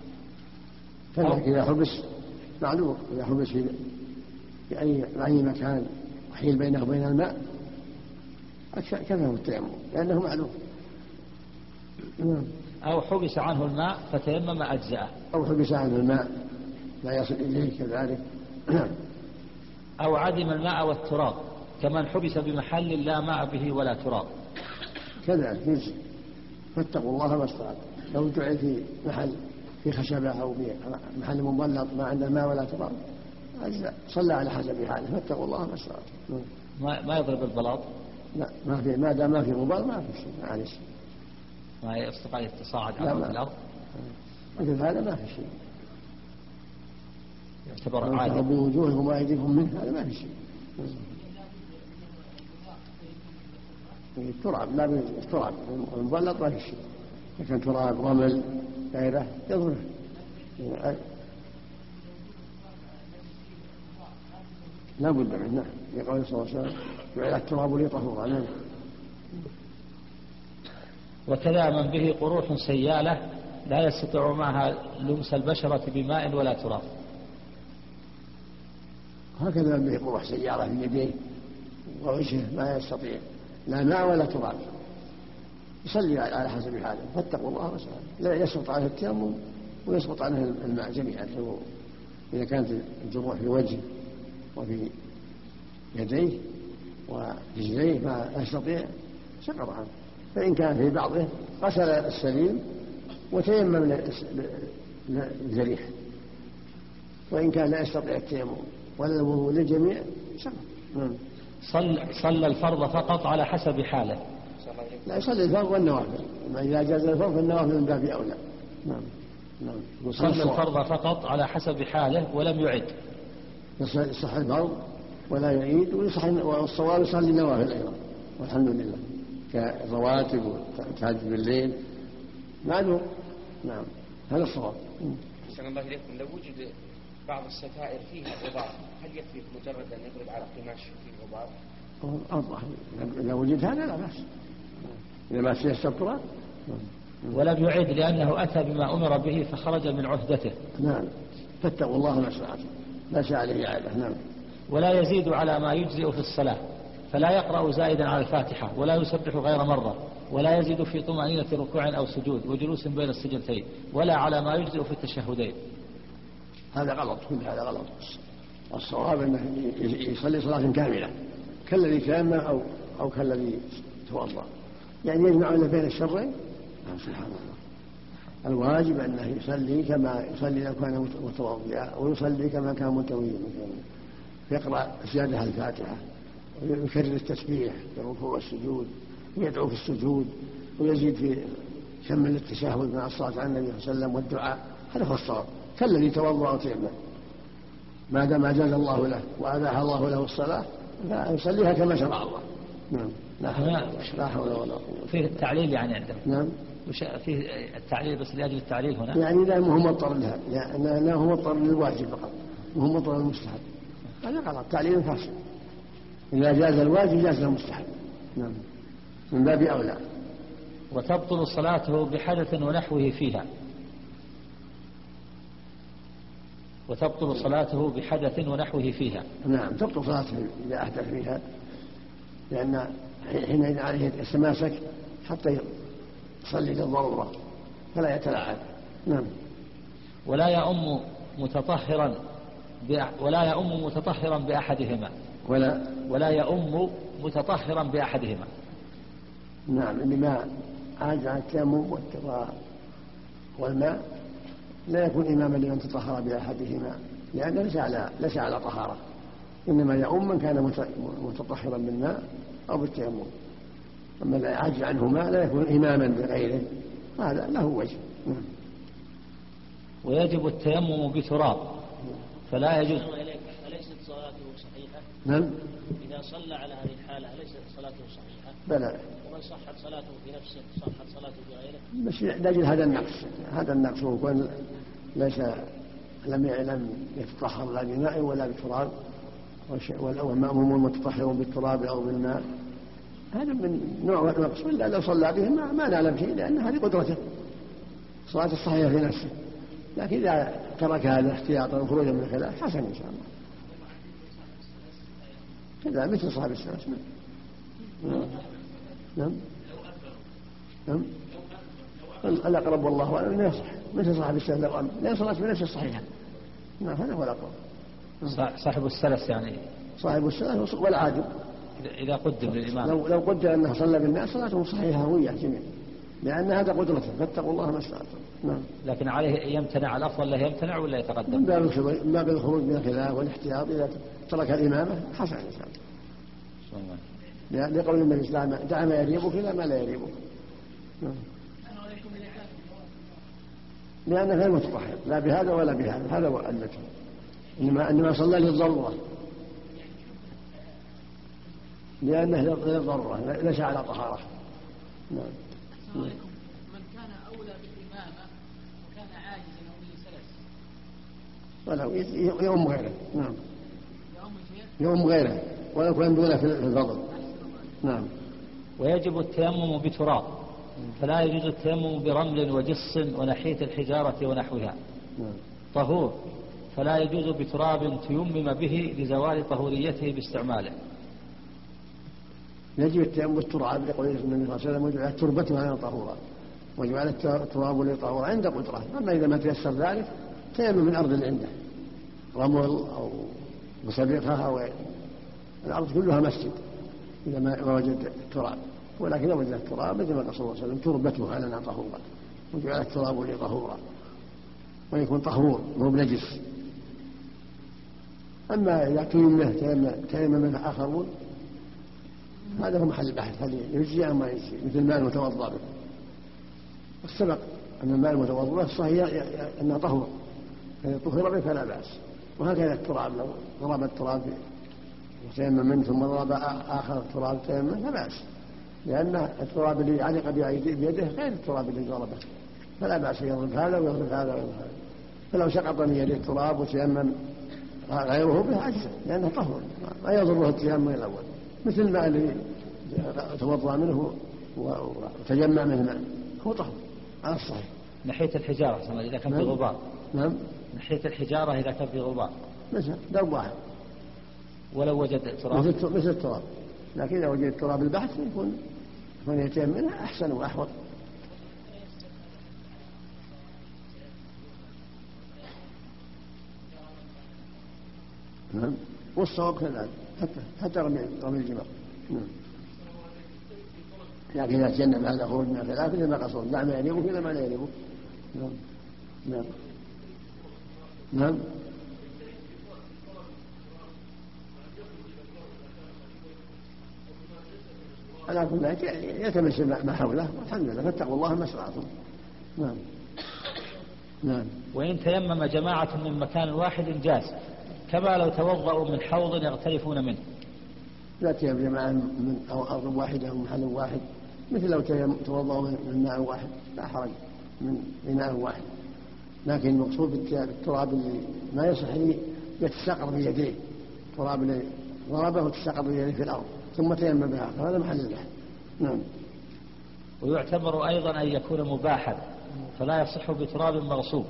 إذا حبس معلوم، إذا حبس في أي مكان وحيل بينه وبين الماء كفاه التيمم لأنه معلوم. نعم. أو حبس عنه الماء فتيمم أجزاءه. أو حبس عنه الماء لا يصل إليه كذلك. أو عدم الماء والتراب كمن حبس بمحل لا ماء به ولا تراب. كذلك يجزي. فاتقوا الله ما استطعتم. لو جعل في محل في خشبة أو في محل مبلط ما عنده ماء ولا تراب أجزاء، صلى على حسب حاله. فاتقوا الله ما استطعتم. ما يضرب البلاط؟ لا، ما دام ما في مبلط ما في شيء، معلش. ما يستطيع يتصاعد على الأرض؟ مثل هذا ما في شيء. يعتبر عادي. بوجوهكم وأيديكم منه هذا ما في شيء. التراب لا التراب المبلط ما في شيء، لكن تراب رمل غيره يضره. لا بد منه يقول صلى الله عليه وسلم جعل التراب لي طهورا. نعم. وكذا من به قروح سيالة لا يستطيع معها لمس البشرة بماء ولا تراب. هكذا من به قروح سيالة في يديه ووجهه ما يستطيع لا ماء ولا تراب، يصلي على حسب حاله. فاتقوا الله وسلم. لا يسقط عنه التيمم ويسقط عنه الماء جميعا. إذا كانت الجروح في وجهه وفي يديه ورجليه ما يستطيع سقط عنه. فإن كان في بعضه غسل السليم وتيمم للجريح، وإن كان لا يستطيع التيمم ولا الوضوء للجميع سقط. صلى الفرض فقط على حسب حاله. لا، يصلي الفرض والنوافل. إذا جاز الفرض فالنوافل من باب أولى. نعم. صلى الفرض فقط على حسب حاله ولم يعد. يصح الفرض ولا يعيد، والصواب يصلي النوافل أيضا والحمد لله كالرواتب وتهجد بالليل معلوم. نعم، هذا الصواب. أحسن الله إليكم. لو وجد بعض الستائر فيها غبار هل يكفي مجرد أن يضرب على قماش فيه غبار؟ الله إذا وجد هذا لا بأس، إذا ما سيستر. ولم يعد لأنه أتى بما أمر به فخرج من عهدته. نعم. فاتقوا الله ما استطعتم، لا شاء عليه عادة. نعم. ولا يزيد على ما يجزئ في الصلاة، فلا يقرأ زائدا على الفاتحة ولا يسبح غير مرة، ولا يزيد في طمأنينة ركوع أو سجود وجلوس بين السجدتين، ولا على ما يجزئ في التشهدين. هذا غلط، كل هذا غلط. الصواب أنه يصلي صلاة كاملة كالذي تيمم أو كالذي توضأ، يعني يجمع بين الشرين. سبحان الله. الواجب أنه يصلي كما يصلي لو كان متوضئا، ويصلي كما كان متوضئا، يقرأ زيادة الفاتحة ويكرر التسبيح في الركوع والسجود ويدعو في السجود ويزيد في كمل التشهد مع الصلاة على النبي صلى الله عليه وسلم والدعاء. هذا هو الصواب كالذي توضأ وتيمم، ما دام أجاز الله له وأباح الله له الصلاة فيصليها كما شرع الله. نعم. لا حول ولا قوة. فيه التعليل يعني عندنا. نعم. فيه التعليل بس لأجل التعليل هنا. يعني لا هو مضطر لها، لا هو مضطر للواجب فقط وهو مضطر للمستحب. هذا غلط، تعليل فاسد. إذا جاز الواجب جاز المستحب. نعم، من باب أولى. وتبطل صلاته بحدث ونحوه فيها. وتبطل صلاته بحدث ونحوه فيها. نعم، تبطل صلاته إذا أحدث فيها، لأن حينئذ عليه يتماسك حتى يصلي للضرورة فلا يتلاعب. نعم. ولا يؤم متطهرا بأحدهما. ولا يؤم متطهرا بأحدهما. نعم، لما عاج عن التيمم والماء لا يكون إماما لمن تطهر بأحدهما، لأنه ليس على طهارة، إنما يؤم من كان متطهرا بالماء أو بالتيمم. أما لا يعجز عنهما لا يكون إماما بغيره، هذا له وجه. ويجب التيمم بتراب فلا يجوز. أليست صلاته صحيحة؟ نعم. إذا صلى على هذه الحالة أليست صلاته صحيحة؟ بلى. ومن صحت صلاته بنفسه صحت صلاته بغيره؟ بس لاجل هذا النقص، هو يكون ليس لم يتطهر لا بماء ولا بتراب، والمأمومون متطهرون بالتراب أو بالماء، هذا من نوع النقص. إلا لو صلى بهم ما نعلم شيء، لأن هذه قدرته، صلاة الصحيحة في نفسه. لكن إذا ترك هذا احتياطا وخروجا من الخلاف حسن إن شاء الله. كذا مثل صاحب السلس. نعم نعم الأقرب والله أعلم لا يصح مثل صاحب السلس، لا صلاة بنفسه الصحيحة. نعم هذا هو الأقرب. صاحب السلس يعني صاحب السلس والعادل إذا قدم للإمام، لو قدر أنه صلى بالناس صلاته صحيحة وياه جميع، لأن هذا قدرته، فاتقوا الله ما استطعتم. نعم. لكن عليه يمتنع، الأفضل له يمتنع ولا يتقدم؟ من باب الخروج من الخلاف والاحتياط إذا ترك الإمامة حسن إن شاء الله. لقول النبي صلى الله عليه وسلم: دع ما يريبك إلى ما لا يريبك. لأنه غير متطهر لا بهذا ولا بهذا، هذا هو علته. إنما صلى للضرورة، لأنه للضرورة ليس على طهارة. نعم. من كان أولى بالإمامة وكان عاجزا أو به سلس ولو يؤم غيره. نعم يؤم غيره ولو كان دونه في الفضل. نعم. ويجب التيمم بتراب، فلا يجوز التيمم برمل وجص ونحية الحجارة ونحوها. نعم. طهور، فلا يجوز بتراب تيمم به لزوال طهوريته باستعماله. يجب التيمم بالتراب لقول النبي صلى الله عليه وسلم: وجعلت تربتها طهورا، وجعلت التراب لي طهورا عند قدرة. أما إذا ما تيسر ذلك تيمم من أرض عنده، رمل أو مسبقها أو الأرض كلها مسجد إذا ما وجد التراب. ولكن لو وجد التراب مثل ما قال صلى الله عليه وسلم: تربتها لنا طهورا، وجعلت التراب لي طهورا، ويكون طهور مو بنجس. أما إذا تيمم منه آخرون هذا هو محل البحث، هل يجزي أم ما يجزي، مثل الماء المتوضأ به. والسبق أن الماء المتوضأ صحيح أنه طهور، فإذا طهر به فلا بأس. وهكذا التراب، لو ضرب التراب وتيمم منه ثم ضرب آخر التراب تيمم فلا بأس، لأن التراب اللي علق بيده غير التراب اللي ضربه، فلا بأس يضرب هذا ويضرب هذا ويضرب هذا. فلو سقط من يده التراب وتيمم غيره به أجزاء، لأنه طهور ما يضره التيمم الأول، مثل الماء الذي توضأ منه وتجمع منه ماء هو طهور على الصحيح. نحية الحجارة إذا كان في غبار. نعم. نحية الحجارة إذا كان في غبار مثل درب واحد ولو وجد تراب مثل التراب، لكن إذا وجد التراب البحث يكون يتيمم منه أحسن وأحوط. نعم. والصواب كذلك حتى رمي الجمار. نعم. لكن إذا تجنب هذا خروج من الخلاف إذا ما قصر دع ما يريبك إلى ما لا يريبك. نعم. نعم. نعم. على كل حال يلتمس ما حوله، والحمد لله، فاتقوا الله ما استطعتم. نعم. نعم. وإن تيمم جماعة من مكان واحد جاز، كما لو توضأوا من حوض يغترفون منه. لا تيمم جماعة من أرض واحدة أو محل واحد، مثل لو توضأوا من ماء واحد لا حرج، من إناء واحد. لكن المقصود بالتراب اللي ما يصح لي يتساقط بيديه، التراب اللي ضربه وتساقط بيديه في الأرض ثم تيمم بها، فهذا محل البحث. نعم. ويعتبر أيضا أن يكون مباحا، فلا يصح بتراب مغصوب،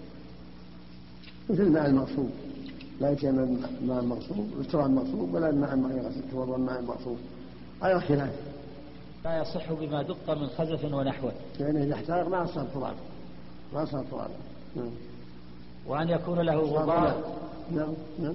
مثل الماء المغصوب لا يتيمم ماء المغصوب بالتراب المغصوب، ولا الماء يتوضأ الماء المغصوب على خلاف. لا يصح بما دق من خزف ونحوه، لأنه إذا احترق ما صار تراب، ما صار تراب. نعم. وأن يكون له غبار. نعم. نعم.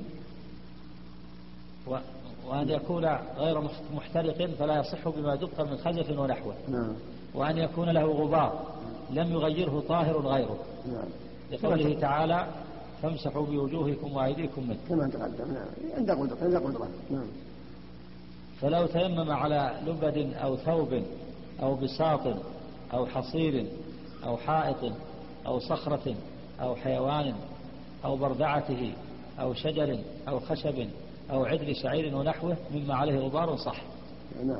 وأن يكون غير محترق فلا يصح بما دق من خزف ونحوه. نعم. وأن يكون له غبار لم يغيره طاهر غيره. نعم. لقوله تعالى: فامسحوا بوجوهكم وأيديكم منه، كما تقدم. نعم. عند قدرة. نعم. فلو تيمم على لبد أو ثوب أو بساط أو حصير أو حائط أو صخرة أو حيوان أو بردعته أو شجر أو خشب أو عدل شعير ونحوه مما عليه غبار صح. نعم.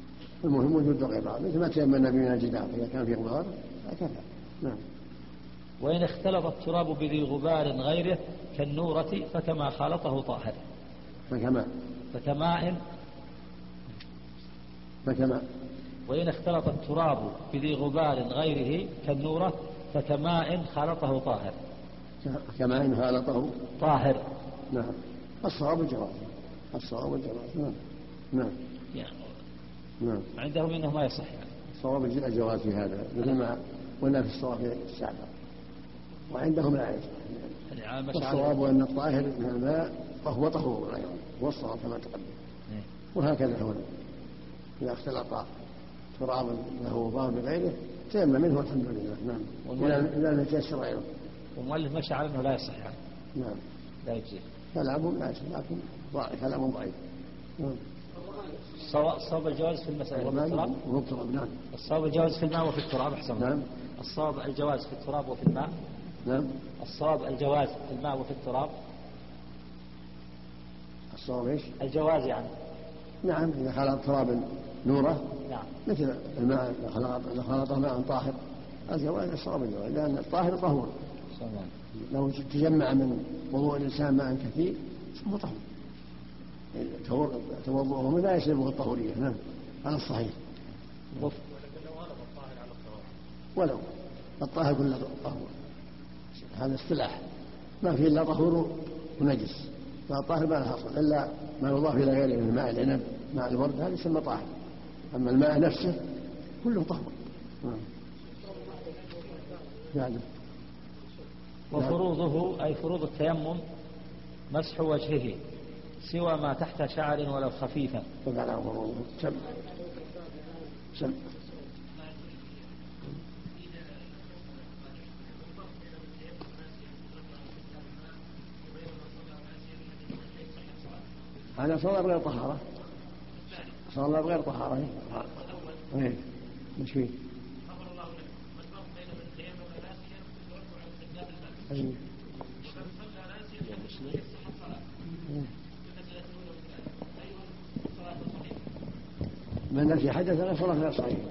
المهم وجود الغبار، مثل ما تيمم النبي من الجدار إذا كان في غبار هكذا. نعم. وإن اختلط التراب بذي غبار غيره كالنورة فكما خالطه طاهر. فكماء وإن اختلط التراب بذي غبار غيره كالنورة فكماء خالطه طاهر. كماء خالطه طاهر. نعم. الصواب الجواز. نعم. عندهم إنه ما يصح يعني. الصواب الجواز في هذا مثل ما قلنا في الصواب في السابق، وعندهم لا يصح. الصواب أن الطاهر من الماء فهو طهور أيضا، هو الصواب كما تقدم. وهكذا هنا إذا اختلط تراب له غبار بغيره تيمم منه الحمد لله. نعم. إذا لم يتيسر غيره. والمؤلف مشى على أنه لا يصح يعني. نعم. لا يجزي. كلام لا يصح لكن كلام ضعيف. نعم. الصواب الجواز في المسألة وفي التراب. نعم. الصواب الجواز في الماء وفي التراب أحسن. نعم. الصواب الجواز في التراب وفي الماء. نعم. الصواب الجواز في الماء وفي التراب. الصواب ايش؟ الجواز يعني. نعم. إذا خلط تراب نوره. نعم. مثل الماء إذا خلطه ماء طاهر الجواز الصواب الجواز، لأن الطاهر طهور. لو تجمع من وضوء الإنسان ماء كثير اسمه طهور. توضؤه منه لا يسلبه الطهورية. نعم. على الصحيح. ولو الطاهر كله طهور، هذا اصطلاح ما فيه إلا طهور ونجس، فالطاهر ما له أصل إلا ما يضاف إلى غيره من ماء العنب ماء الورد، هذا يسمى طاهر. أما الماء نفسه كله طهور. وفروضه أي فروض التيمم مسح وجهه سوى ما تحت شعر ولو خفيفا. سم. هذا صلاة غير طهارة. صلاة غير طهارة. مش فيه. من نسي حدث غير صلاة غير صحيح.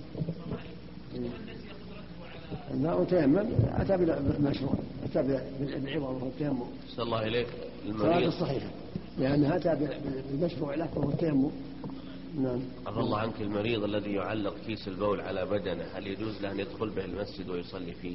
الماء تيمم أتى بالمشروع، أتى بالعوض والتيمم. صلى الله إليك. صلاة الصحيحة لأنها أتى بالمشروع له وهو التيمم. نعم. عفى الله عنك، المريض الذي يعلق كيس البول على بدنه هل يجوز له أن يدخل به المسجد ويصلي فيه؟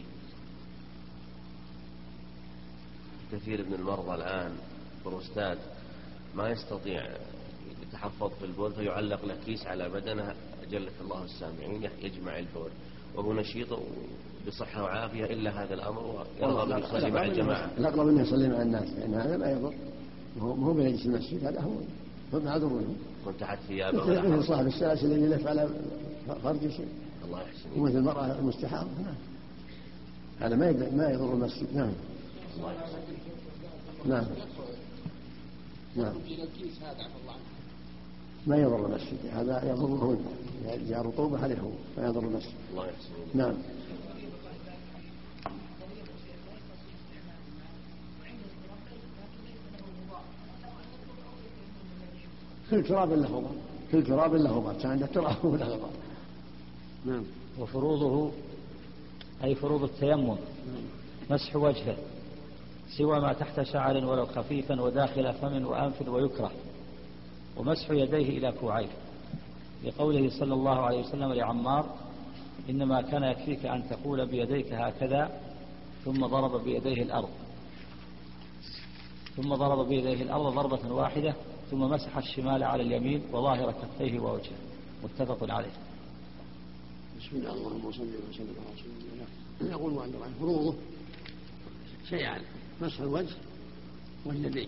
كثير من المرضى الآن بروستات ما يستطيع يتحفظ في البول فيعلق له كيس على بدنه أجلك الله السامعين يجمع البول وهو نشيط بصحة وعافية إلا هذا الأمر ويرغب أن يصلي مع الجماعة. الأقرب أن يصلي مع الناس لأن هذا لا يضر، هو بيجلس المسجد، هذا هو ما يضر منه. كنت تحت ثيابه مثل صاحب السلاسل الذي يلف على فرج شيء. الله يحسن. ومثل المرأة المستحاضة هذا ما يضر المسجد. نعم. نعم. ما يضر المسجد، هذا يضره جاء رطوبة عليه ما يضر المسجد. الله يحسن. نعم. كل تراب له غبار، كان عنده تراب وله غبار. نعم. وفروضه أي فروض التيمم مسح وجهه سوى ما تحت شعر ولو خفيفا وداخل فم وأنف ويكره، ومسح يديه إلى كوعيه لقوله صلى الله عليه وسلم لعمار إنما كان يكفيك أن تقول بيديك هكذا ثم ضرب بيديه الأرض ضربة واحدة ثم مسح الشمال على اليمين وظاهر كفيه ووجهه. متفق عليه. بسم الله اللهم صل وسلم على رسول الله. يقول مؤلف فروضه شيئان: مسح الوجه واليدين،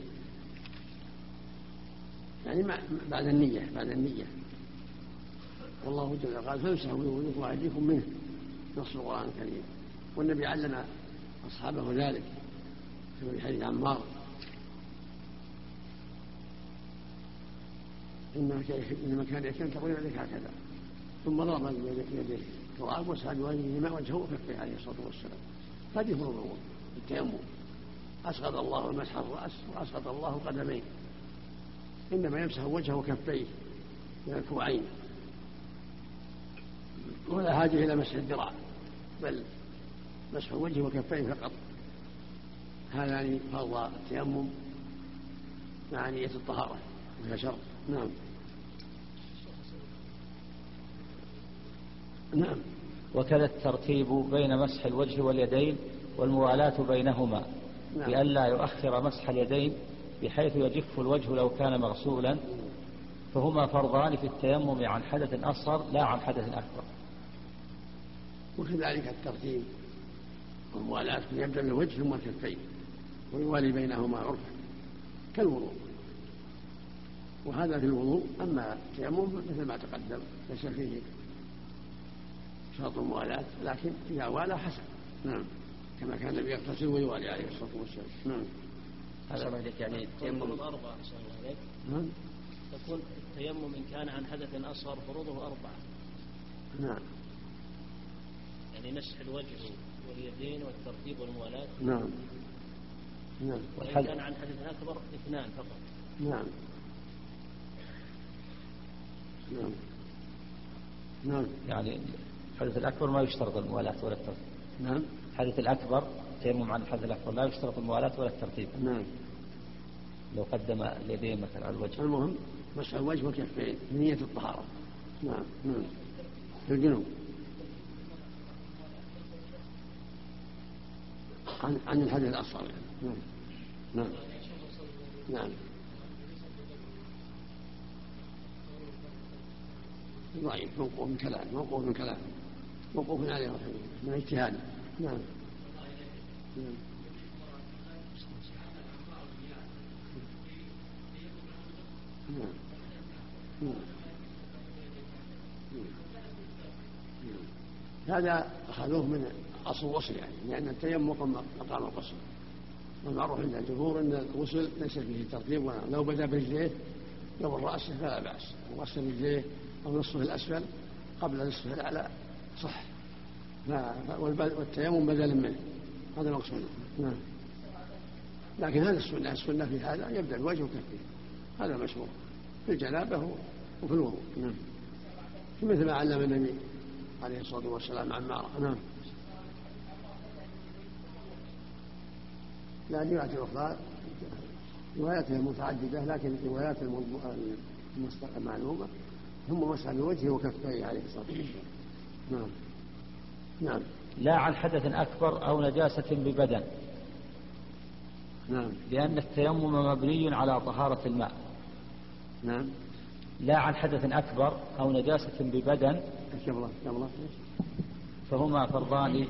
يعني بعد النية. والله جل قال فامسحوا بوجوهكم وأيديكم منه، نص القرآن الكريم. والنبي علم أصحابه ذلك في حديث عمار إنما كان يكن تقول يديك هكذا ثم ضرب بيديه تراب وسعى بوجهه ماء وجهه وكفيه عليه الصلاة والسلام. هذه فروض التيمم. أسقط الله مسح الرأس وأسقط الله قدميه، إنما يمسح وجهه وكفيه من الكوعين، ولا حاجة إلى مسح الذراع، بل مسح الوجه وكفيه فقط. هذا يعني فرض التيمم مع نية الطهارة وهي شرط. نعم. نعم. وكذا الترتيب بين مسح الوجه واليدين والموالاة بينهما، نعم. بألا يؤخر مسح اليدين بحيث يجف الوجه لو كان مغسولا، فهما فرضان في التيمم عن حدث أصغر لا عن حدث أكبر. وكذلك الترتيب والموالاة يبدأ بالوجه ثم الكفين ويوالي بينهما عرفا كالوضوء، وهذا في الوضوء. أما التيمم مثل ما تقدم ليس فيه شرط الموالاة، لكن إذا والى حسن. نعم. كما كان النبي يغتسل ويوالي عليه الصلاة والسلام. نعم. هذا يعني التيمم الأربعة. نعم. تكون التيمم إن كان عن حدث أصغر فروضه 4. نعم. يعني مسح الوجه واليدين والترتيب والموالاة. نعم. نعم. وإن كان عن حدث أكبر 2 فقط. نعم. نعم. نعم. يعني الحدث الأكبر ما يشترط الموالاة ولا الترتيب. نعم. الحدث الأكبر تيمم عن الحدث الأكبر لا يشترط الموالاة ولا الترتيب. نعم. لو قدم اليدين مثلا على الوجه. المهم مسح الوجه والكفين بنية الطهارة. نعم. نعم. في الجنوب عن الحدث الأصغر. نعم. نعم. نعم. ضعيف، موقوف من كلام، موقوف عليه من اجتهاد. نعم. نعم. هذا أخذوه من أصل الغسل، يعني لأن التيمم مقام الغسل، والمعروف عند الجمهور أن الغسل ليس فيه ترتيب، لو بدأ برجليه قبل رأسه فلا بأس، وغسل رجليه أو نصفه الأسفل قبل نصفه الأعلى صح، والتيمم بدلا منه، هذا المقصود. نعم. لكن هذا السنة في هذا يبدأ الوجه وكفيه، هذا مشهور في الجنابة وفي الوضوء. نعم. مثل ما علم النبي عليه الصلاة والسلام عمارة. نعم. لا روايات أخرى رواياتها متعددة، لكن الروايات المعلومة ثم مسح بوجهه وكفيه عليه الصلاة والسلام. نعم. نعم. لا عن حدث أكبر أو نجاسة ببدن. نعم. لأن التيمم مبني على طهارة الماء. نعم. لا عن حدث أكبر أو نجاسة ببدن فهما فرضان.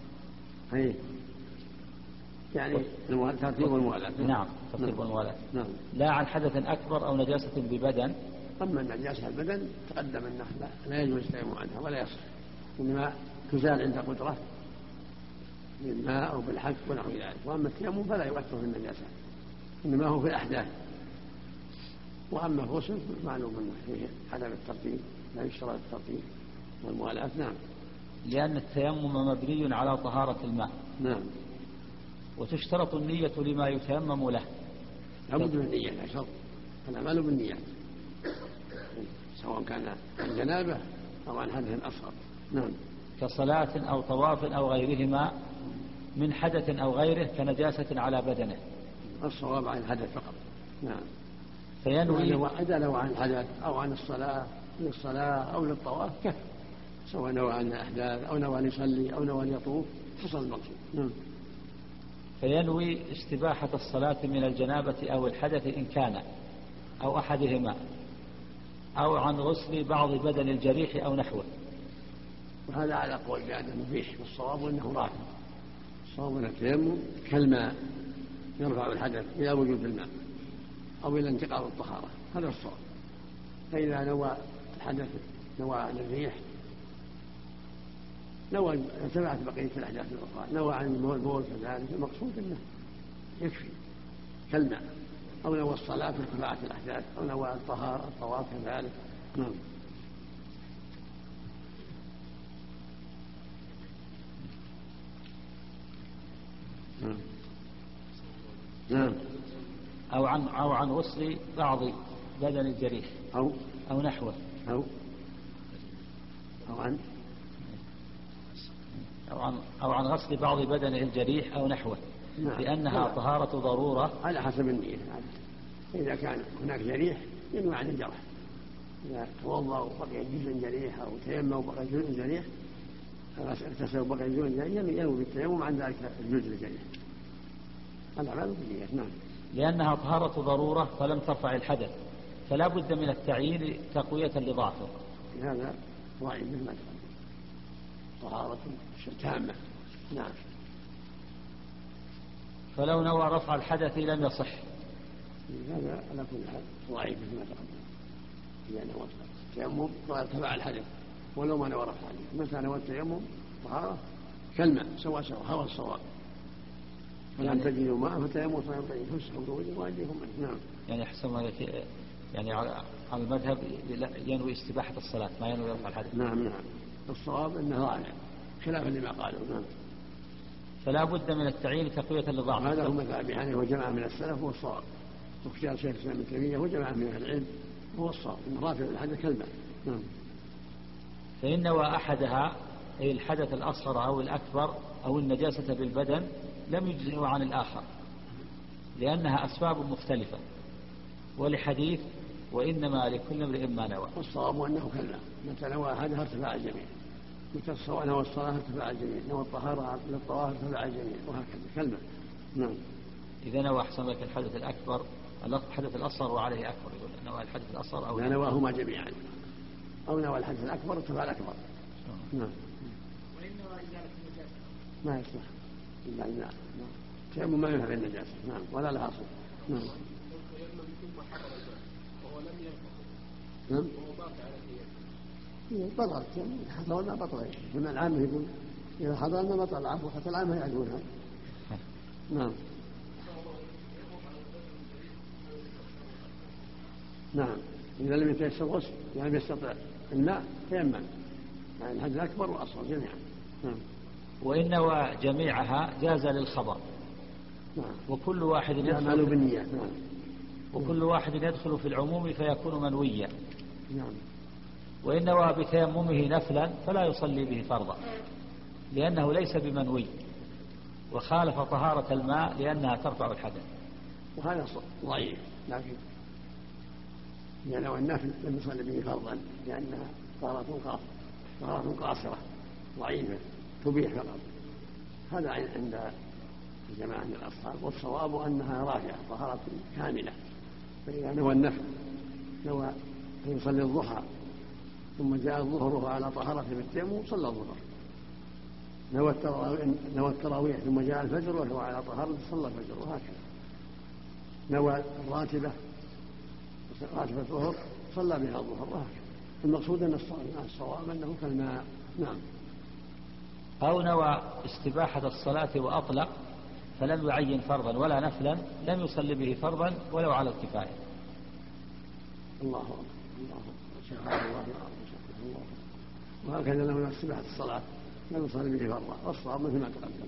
يعني الترتيب والموالاة. نعم. ترتيب والموالاة. نعم. لا عن حدث أكبر أو نجاسة ببدن. أما النجاسة البدن تقدم أنه لا يجوز التيمم عنها ولا يصح، إنما تزال عند قدرة بالماء أو بالحك ونحو ذلك. وأما التيمم فلا يؤثر في النجاسة، إنما هو في الأحداث. وأما الغسل معلوم أنه فيه عدم الترتيب، لا يشترط الترتيب والموالاة. نعم. لأن التيمم مبني على طهارة الماء. نعم. وتشترط النية لما يتيمم له. لابد من النية، لا شرط، الأعمال بالنيات، سواء كان عن جنابة أو عن حدث أصغر. نعم. كصلاة أو طواف أو غيرهما من حدث أو غيره كنجاسة على بدنه. الصواب عن الحدث فقط. نعم. فينوي إذا نوى عن الحدث أو عن الصلاة للصلاة أو للطواف كفى، سواء نوى عن الأحداث أو نوى أن يصلي أو نوى أن يطوف حصل المقصود. نعم. فينوي استباحة الصلاة من الجنابة أو الحدث إن كان أو أحدهما، أو عن غسل بعض بدن الجريح أو نحوه. وهذا على قول بأنه مبيح، والصواب أنه رافع. الصواب أن التيمم كالماء يرفع الحدث إلى وجود الماء أو إلى انتقاض الطهارة، هذا الصواب. فإذا نوى الحدث، نوى عن الريح، نوى تبعت بقية الأحداث الأخرى، نوى عن البول كذلك، المقصود أنه يكفي كالماء، أو نوى الصلاة في ارتفاعات الأحداث، أو نوى الطهارة الطواف كذلك. نعم. نعم. أو عن غسل بعض بدن الجريح أو نحوه. أو عن أو عن غسل بعض بدنه الجريح أو نحوه، نعم. لأنها طهارة ضرورة على حسب النية. إذا كان هناك جريح ينوي عن الجرح، إذا توضأ وبقي جزء جريح أو تيمم وبقي جزء جريح، اغتسل وبقي جزء جريح، ينوي بالتيمم عن ذلك الجزء الجريح. الأعمال بالنية. نعم. لأنها طهارة ضرورة فلم ترفع الحدث، فلا بد من التعيين تقوية لضعفه. هذا ضعيف مثل ما تقدم، طهارة تامة. نعم. فلو نوى رفع الحدث لم يصح. هذا على كل حال ضعيف مثل ما تقدم، إذا نوى التيمم وارتفع الحدث ولو ما نوى رفع الحدث. متى نوى التيمم طهارة كالماء سواء هو الصواب. فلم تجدوا ماء فتيمموا صعيدا طيبا فامسحوا بوجوهكم وأيديكم منه. نعم. يعني حسب يعني على المذهب ينوي استباحة الصلاة ما ينوي رفع الحدث. نعم. الصواب أنه راجع خلافا لما قالوا. نعم. فلا بد من التعيين تقوية لضعفه. هذا هو مذهب أبي حنيفة وجماعة من السلف والصواب، واختيار شيخ الإسلام ابن تيمية وجماعة من أهل العلم هو الصواب، إن رافع الحدث كالماء. نعم. فإن نوى أحدها أي الحدث الأصغر أو الأكبر أو النجاسة بالبدن لم يجزئه عن الآخر، لأنها أسباب مختلفة، ولحديث وإنما لكل امرئ ما نوى. والصواب أنه كلا، متى نوى أحدها ارتفاع الجميع، متى نوى الصلاة ارتفاع الجميع، نوى الطهارة للطواف ارتفاع الجميع، وهكذا كلمة. نعم. إذا نوى أحسن لك الحدث الأكبر الحدث الأصغر وعليه أكبر، يقول نوى الحدث الأصغر أو نواهما جميعا، أو نوى الحدث الأكبر ارتفاع الأكبر. نعم. وإن نوى إزالة النجاسة ما يصلح إلا إذا تيمم ما ينفع النجاسة. نعم. ولا لها أصل. نعم. نعم. بطل حضر الماء بطل، كما العامة يقول إذا حضر الماء بطل العفو، حتى العامة يعرفونها. نعم. نعم. إذا لم يتيسر الغسل لم يستطع الماء تيمم، يعني الحدث الأكبر والأصغر جميعا. نعم. وإن نوى جميعها جاز للخبر. نعم. وكل واحد يعمل بالنية. نعم. وكل واحد يدخل في العموم فيكون منويا. نعم. وإن نوى بتيممه نفلا فلا يصلي به فرضا، لأنه ليس بمنوي، وخالف طهارة الماء لأنها ترفع الحدث. وهذا ضعيف، لكن لأنه النفل لم يصلي به فرضا لأنها طهارة قاصرة ضعيفة تبيح فقط. هذا عند جماعة من الأصحاب، والصواب أنها راجعة طهارة كاملة. فإذا نوى النفل، نوى أن يصلي الضحى ثم جاء ظهره على طهارة بالتيمم صلى الظهر، نوى التراويح ثم جاء الفجر وهو على طهارة صلى الفجر، وهكذا. نوى راتبة الظهر صلى بها الظهر، وهكذا. المقصود أن الصواب أنه كالماء. نعم. أو نوى استباحة الصلاة وأطلق فلم يعين فرضا ولا نفلا لم يصلي به فرضا ولو على الكفاية. الله وهكذا لو استباحة الصلاة لم يصلي به فرضا، والصواب مثل ما تقدم،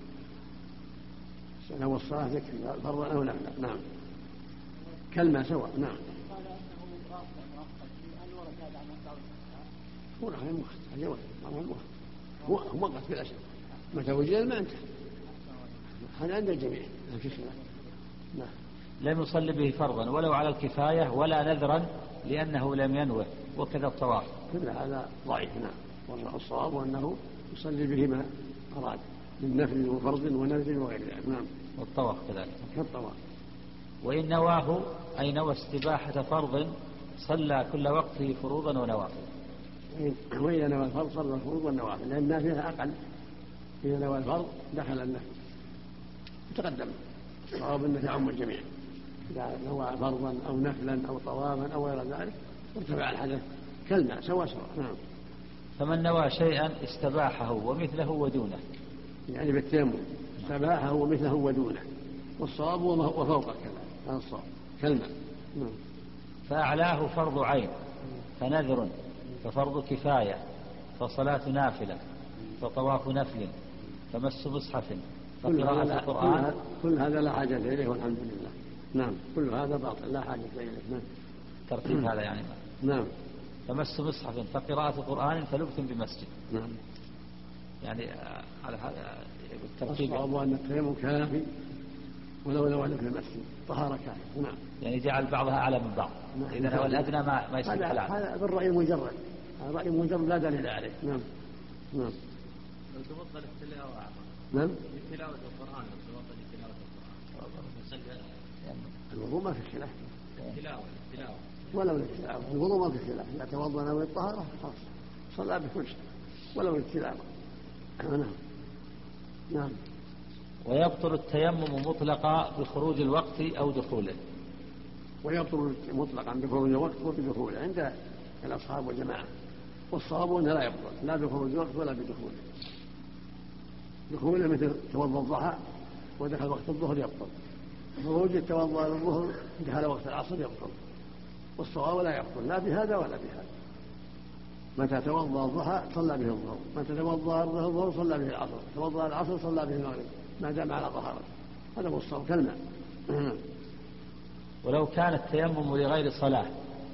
لو الصلاة تكفي فرضا أو نفلا. نعم. كلمة سواء. نعم. قال أنه رافع مؤقت، هل ورد هذا عن هو غير مؤقت، هو مؤقت بلا شك، متى وجد الماء انتهى، هذا عند الجميع ما في خلاف. نعم. لم يصلي به فرضا ولو على الكفاية ولا نذرا لأنه لم ينوه، وكذا الطواف. كل هذا ضعيف. نعم. والصواب أنه يصلي به ما أراد من نفل وفرض ونذر وغير ذلك. نعم. والطواف كذلك كالطواف. وإن نواه أي نوى استباحة فرض صلى كل وقته فروضا ونوافل. وإذا نوى الفرض صلى الفروض والنوافل، لأن النافلة أقل. إذا نوى الفرض دخل النفل تقدم، الصواب أنه يعم الجميع. إذا نوى فرضا أو نفلا أو طوافا أو غير ذلك ارتفع الحدث كالماء سواء. نعم. فمن نوى شيئا استباحه ومثله ودونه، يعني بالتيمم استباحه ومثله ودونه، والصواب وفوق كذا، هذا الصواب كالماء. نعم. فأعلاه فرض عين، فنذر، ففرض كفاية، فصلاة نافلة، فطواف نفل، فمس مصحف، فقراءة القرآن. كل هذا لا حاجة إليه والحمد لله. نعم. كل هذا باطل لا حاجة إليه. نعم. ترتيب هذا يعني. نعم. فمس مصحف، فقراءة القرآن، فلبث بمسجد. نعم. يعني على هذا بالترتيب. الصواب أن التيمم كافي ولو لم في المسجد طهارة كافية. نعم. يعني جعل بعضها أعلى من بعض. إذا هو الأدنى ما يصير حلال. هذا بالرأي المجرد، الرأي المجرد لا دليل عليه. نعم. نعم. لو تفضل التلاوة نعم. تلاوة القرآن لو تفضل تلاوة القرآن. الوضوء ما في خلاف. تلاوة ولو للتلاوة الوضوء ما في خلاف، إذا توضأ نوى الطهارة خلاص صلى بكل شيء ولو للتلاوة. نعم. نعم. ويبطل التيمم مطلقا بخروج الوقت أو دخوله. ويبطل مطلقا بخروج الوقت وبدخوله عند الأصحاب والجماعة، والصواب أنه لا يبطل لا بخروج الوقت ولا بدخوله. دخوله مثل توضأ الضحى ودخل وقت الظهر يبطل، خروج توضأ الظهر دخل وقت العصر يبطل، والصواب لا يبطل لا بهذا ولا بهذا. متى توضأ الضحى صلى به الظهر، متى توضأ الظهر صلى به العصر، توضأ العصر صلى به المغرب ما دام على طهارته. هذا هو الصواب كالماء. ولو كان التيمم لغير صلاة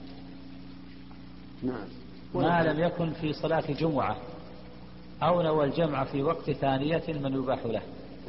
نعم ما لم يكن في صلاة جمعة أو نوى الجمع في وقت ثانية من يباح له.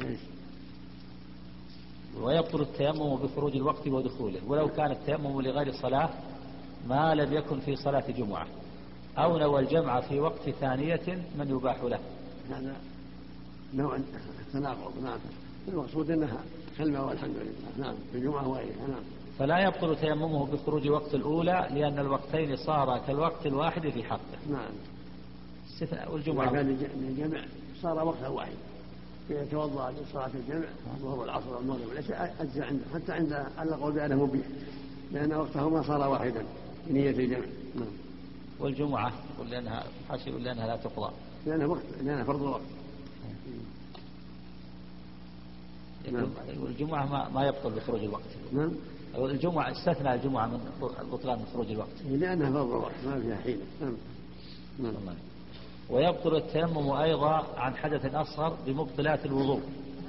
ويبطل التيمم بخروج الوقت ودخوله. ولو كان التيمم لغير صلاة ما لم يكن في صلاة جمعة أو نوى الجمع في وقت ثانية من يباح له. هذا نوع التناقض. نعم. المقصود أنها كلمة والحمد لله. نعم. في الجمعة وغيرها. نعم. فلا يبطل تيممه بخروج وقت الأولى لأن الوقتين صارا كالوقت الواحد في حقه. نعم. استثناء والجمعة. إذا كان الجمع صار وقتا واحد، يتوضأ لصلاة الجمع الظهر والعصر والمغرب والعشاء أجزاء عنده حتى عند على قول بأنه مبيح لأن وقتهما صار واحدا بنية الجمع. نعم. والجمعة يقول لأنها حاشي يقول لأنها لا تقضى لأنها فرض الوقت. والجمعة ما يبطل بخروج الوقت. نعم. الجمعة استثنى الجمعة من بطلان من خروج الوقت لأنها فرض الوقت ما فيها حيلة. نعم. ويبطل التيمم أيضا عن حدث أصغر بمبطلات الوضوء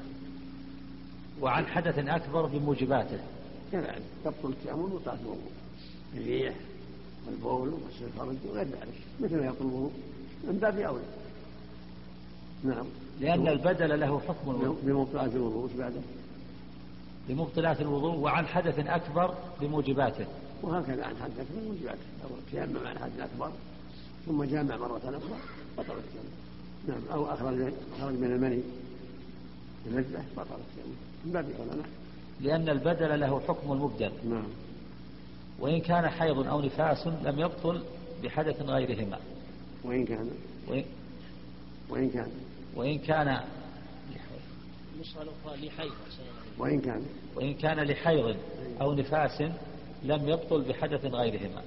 وعن حدث أكبر بموجباته. كذلك تبطل التيمم ومبطلات الوضوء، الريح والبول ومس الفرج وغير ذلك مثل ما يبطل الوضوء من باب أولى. نعم. لأن البدل له حكم الوضوء. بمبطلات الوضوء بعده بمبطلات الوضوء وعن حدث أكبر بموجباته. وهكذا عن حدث أكبر بموجباته. لو تيمم عن حدث أكبر ثم جامع مرة أخرى بطل التيمم. نعم. أو خرج من المني بلذة بطل التيمم من باب أولى. لأن البدل له حكم المبدل. نعم. وإن كان حيض أو نفاس لم يبطل بحدث غيرهما. وإن كان لحيض أو نفاس لم يبطل بحدث غيرهما.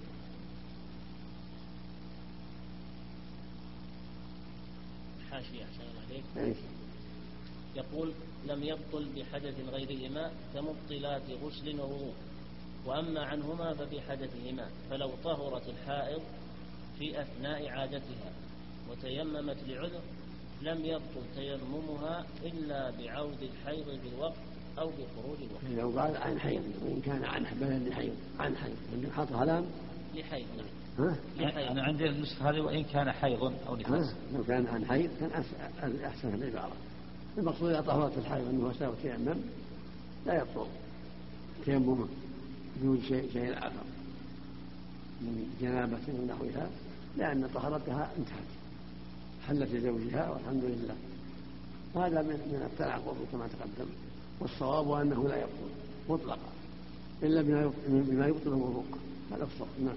حاشية أحسن عليك. يقول لم يبطل بحدث غيرهما كمبطلات غسل ووضوء، وأما عنهما فبحدثهما، فلو طهرت الحائض في أثناء عادتها وتيممت لعذر لم يبطل تيممها إلا بعود الحيض بالوقت أو بخروج الوقت. لو قال عن حيض وإن كان عن بدل لحيض عن حيض حاطها لام لحيض. نعم. أنا عندي النسخة هذه وإن كان حيض أو نفاس. لو كان عن حيض كان أحسن العبارة. المقصود إذا طهرت الحيض أنه سوى تيمم لا يبطل تيممه بدون شيء آخر من جنابة ونحوها لأن طهرتها انتهت حلت لزوجها والحمد لله. وهذا من التناقض كما تقدم، والصواب أنه لا يبطل مطلقا إلا بما يبطل الوضوء. هذا الصواب. نعم.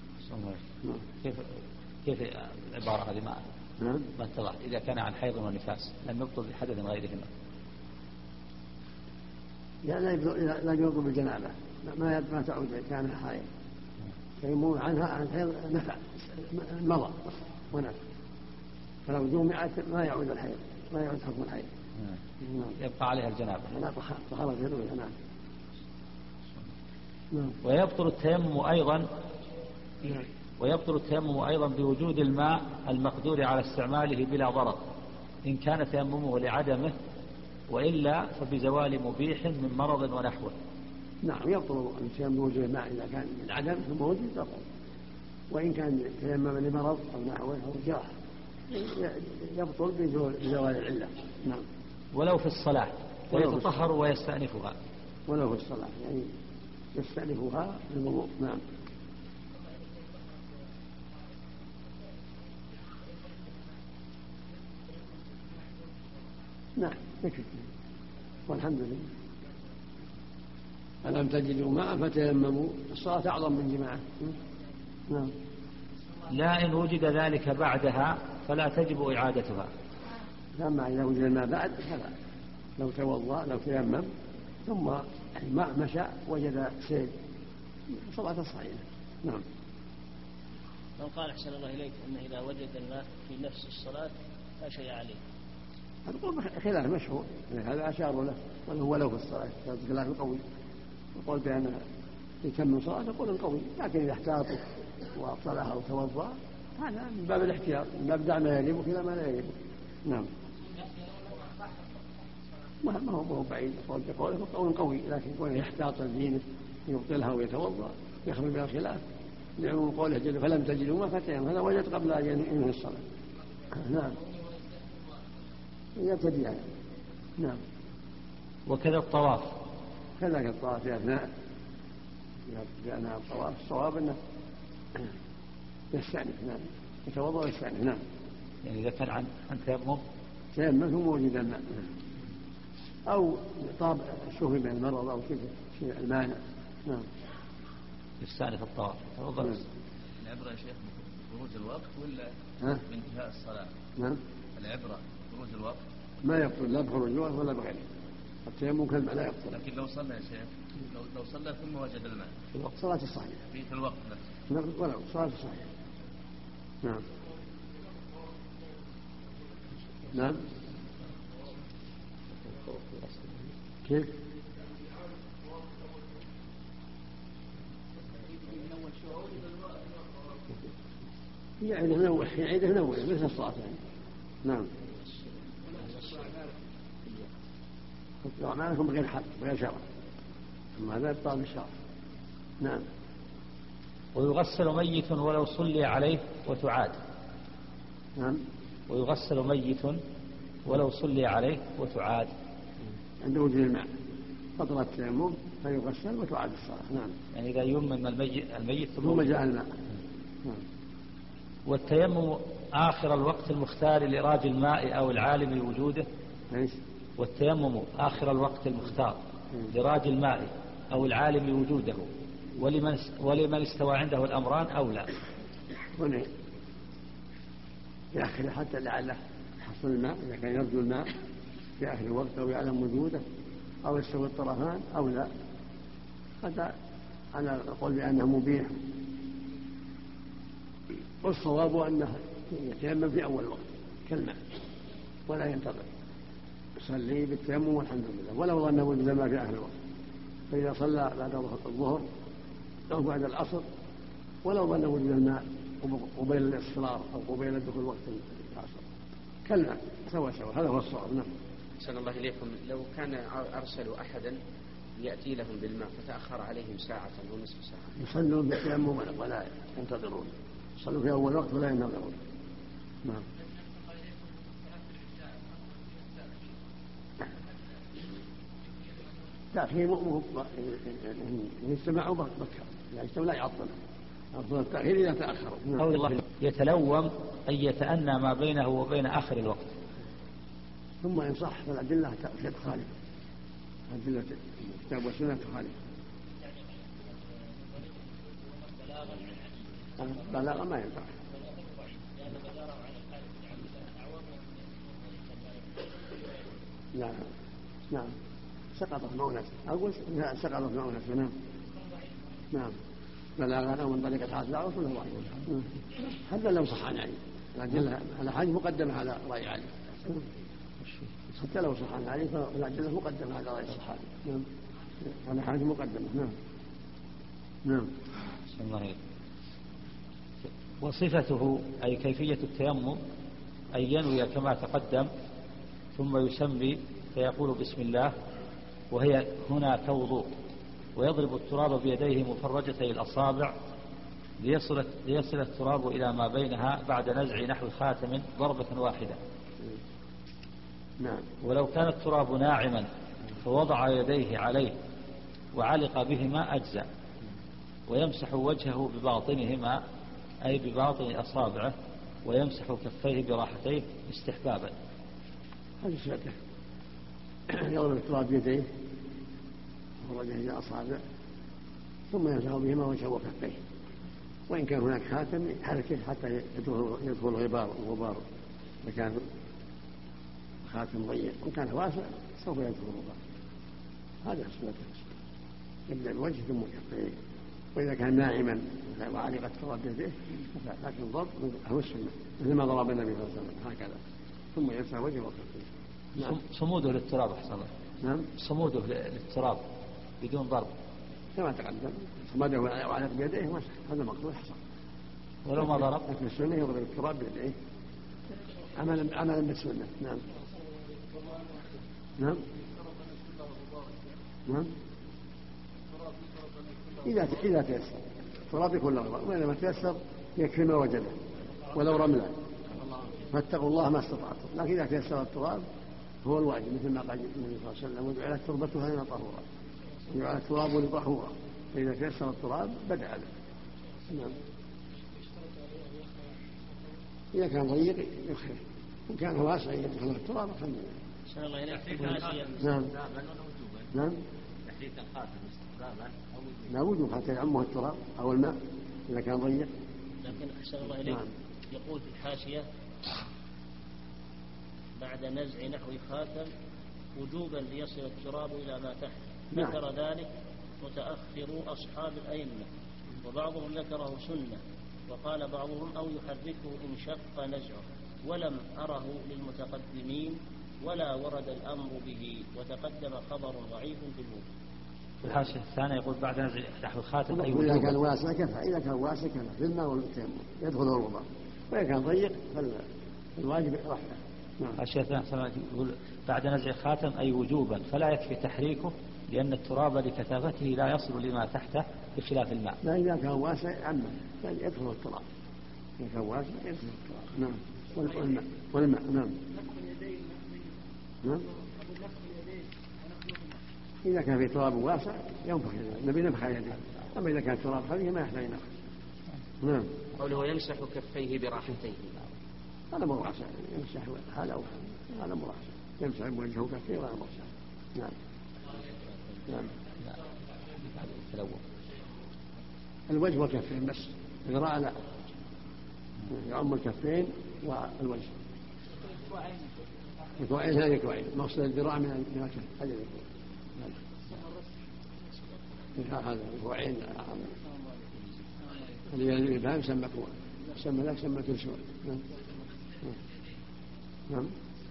كيف العبارة هذه ما اتضح؟ إذا كان عن حيض ونفاس لم يبطل بحدث غيرهما. لا يبطل بالجنابة ما تعود كان حائض يمون عنها عن حيض نفع مضى ونفع، فلو جمعت ما يعود الحيض ما يعود حكم الحيض. يبقى عليها الجنابة. لا طهارة الجنوب. نعم. ويبطل التيمم أيضا بوجود الماء المقدور على استعماله بلا ضرر إن كان تيممه لعدمه، وإلا فبزوال مبيح من مرض ونحوه. نعم. يبطل التيمم بوجود الماء إذا كان للعدم ثم وجد بطل، وإن كان تيمم لمرض أو نحوه أو جراح يبطل بزوال العلة. نعم. ولو في الصلاة ويتطهر ويستأنفها. ولو في الصلاة يعني يستأنفها بالوضوء. نعم. نعم يكفي والحمد لله. ألم تجدوا ماء فتيمموا. الصلاة أعظم من جماعة. نعم. لا إن وجد ذلك بعدها فلا تجب إعادتها. لما إذا وجد الماء بعد فلا. لو توضأ لو تيمم ثم الماء مشى وجد سيل صلاة صحيحة. نعم. لو قال أحسن الله إليك أن إذا وجد الماء في نفس الصلاة لا شيء عليه. القول خلاف مشهور هذا أشاروا له ولو في الصلاة خلاف قوي. القول بأن يتم صلاة يقول قوي لكن إذا احتاطوا وأبطلها أو توضأ هذا من باب الاحتياط من باب دع ما يريبك إلى ما لا يريبك. نعم. ما هو بعيد قوله قول قوي لكن كونه يحتاط دينه يبطلها ويتوضأ يخرج من الخلاف لعموم قوله جل فلم تجدوا ما فتيمموا هذا وجد قبل أن ينهي الصلاة. نعم. يبتدي يعني. نعم. وكذا الطواف. كذلك الطواف في أثناء الطواف الصواب أنه يستأنف. نعم. يتوضأ ويستأنف. نعم. يعني إذا كان عن تيمم ثم وجد الماء أو طاب شوف بين المرض أو كذا شيء المانع. نعم. يستأنف الطواف. العبرة يا شيخ بخروج الوقت ولا بانتهاء الصلاة؟ نعم. العبرة بخروج الوقت ما يبطل لا بخروج الوقت ولا بغيره. التيمم كالماء لا يبطل. لكن لو صلى يا شيخ لو صلى ثم وجد الماء في الوقت صلاة الصحيحة في الوقت نفسه. ولو صلاة الصحيحة. نعم. نعم. كيف؟ يعيده من أول يعيده من أول مثل الصلاة يعني. نعم. أعمالكم بغير حق بغير شرع ثم هذا يبطل بالشرع. نعم. ويغسل ميت ولو صلي عليه وتعاد. نعم. ويغسل ميت ولو صلي عليه وتعاد عند وجود الماء فترة التيمم فيغسل وتعاد الصلاة. نعم. يعني إذا يمم الميت ثم جاء الماء. نعم. والتيمم آخر الوقت المختار لإراج الماء أو العالم بوجوده. والتيمم آخر الوقت المختار لإراج الماء أو العالم بوجوده ولمن استوى عنده الأمران أو لا. هنا يأخذ حتى لعله يحصل الماء إذا كان يرجو الماء في آخر الوقت أو يعلم وجوده أو يستوي الطرفان أو لا. هذا أنا أقول بأنه مبيح والصواب أنه يتيمم في أول وقت كالماء ولا ينتظر يصلي بالتيمم والحمد لله ولو ظن وجود الماء في آخر الوقت. فإذا صلى بعد الظهر أو بعد العصر ولو ظن وجود الماء قبيل الاصفرار أو قبيل دخول وقت العصر كالماء سوا هذا هو الصواب. نعم. أحسن الله إليكم. لو كان أرسلوا أحدا يأتي لهم بالماء فتأخر عليهم ساعة أو نصف ساعة يصلون بالتيمم ولا ينتظرون يصلوا في أول وقت ولا ينتظرون. نعم. تأخير يجتمعوا بكر يعني لا يعطل أفضل التأخير إذا تأخروا. قول الله يتلوم أن يتأنى ما بينه وبين آخر الوقت. ثم إن صح فالأدلة تخالف أدلة الكتاب والسنة تخالف. بلاغة ما ينفع. لا. نعم. سقطت مؤنة أقول سقطت مؤنة. نعم. نعم. بلاغا أو من طريقة حاصل لا رسول الله حتى لو صح عن علي الأحاديث مقدمة على رأي علي حتى لو صح عن علي فالأدلة مقدمة على رأي الصحابي. نعم. الأحاديث مقدمة. نعم. نعم. بسم الله. وصفته أي كيفية التيمم أن ينوي كما تقدم ثم يسمي فيقول بسم الله وهي هنا كوضوء ويضرب التراب بيديه مفرجتي الأصابع ليصل التراب إلى ما بينها بعد نزع نحو خاتم ضربة واحدة. نعم. ولو كان التراب ناعما فوضع يديه عليه وعلق بهما أجزاء، ويمسح وجهه بباطنهما أي بباطن أصابعه، ويمسح كفيه براحتيه استحبابا. هذا سنته، يضرب التراب بيديه ووجهه إلى أصابعه ثم يمسح بهما وجهه وكفيه، وإن كان هناك خاتم يحركه حتى يدخل الغبار إذا كان خاتم ضيق، وإن كان واسع سوف يدخل الغبار. هذا سنته، يبدأ الوجه ثم كفيه، وإذا كان ناعما وعلق التراب بيديه لكن ضرب هو السنة مثل ما ضرب النبي صلى الله عليه وسلم هكذا، ثم يمسح وجهه وكفيه. نعم. صموده للتراب أحسن الله. نعم. صموده للتراب بدون ضرب كما تقدم، صمده وعلق بيديه مسح، هذا مقصود حصل. ولو ما ضرب لكن السنة يضرب التراب بيديه عملا بالسنة. نعم. نعم. نعم. إذا تيسر التراب يكون له غبار، وإذا ما تيسر يكفي ما وجده ولو رملا، فاتقوا الله ما استطعتم. لكن إذا تيسر التراب هو الواجب، مثل ما قال النبي صلى الله عليه وسلم: وجعلت تربتها لنا طهورا، وجعل التراب لطهورا. فإذا تيسر التراب بدأ له. نعم. إذا كان ضيق يخفف، وإن كان واسع يدخل التراب الحمد لله. أحسن الله إليك. نعم. نعم. لا وجوب حتى يعمه التراب أو الماء إذا كان ضيق. لكن أحسن الله إليك. يقول في الحاشية: بعد نزع نحو خاتم وجوبا ليصل التراب إلى ما تحت. ذكر ذلك متأخرو أصحاب الأئمة، وبعضهم ذكره سنة، وقال بعضهم أو يحركه إن شق نزعه، ولم أره للمتقدمين ولا ورد الأمر به، وتقدم خبر ضعيف في الوجوب. في الحاشية الثانية يقول بعد نزع نحو الخاتم أي إذا كان واسع كفى، إذا كان واسع كفى في الماء والتيمم يدخل الغبار، وإذا كان ضيق فالواجب رفعه. الحاشية الثانية يقول بعد نزع الخاتم أي وجوبا، فلا يكفي تحريكه لأن التراب لكثافته لا يصل لما تحته بخلاف الماء. لا، إذا كان واسع عمه يعني يدخل التراب، إذا كان واسع يدخل التراب. نعم. والماء. نعم. نعم. إذا كان في تراب واسع ينفخ يده، النبي نفخ يده، أما إذا كان تراب خفيف ما يحتاج نفخ. نعم. قوله يمسح كفيه براحتيه، هذا مراسع، يمسح هذا أو هذا مراسع، يمسح بوجهه وكفيه وهذا مراسع. نعم. نعم. الوجه والكفين بس، الذراع لا، يعم الكفين والوجه. الكوعين هذه الكوعين، مقصد الذراع من الكف هذا الكوعين. هذا الكوعين اللي يفهم يسمى كوع، يسمى ذاك يسمى كلشوع. نعم.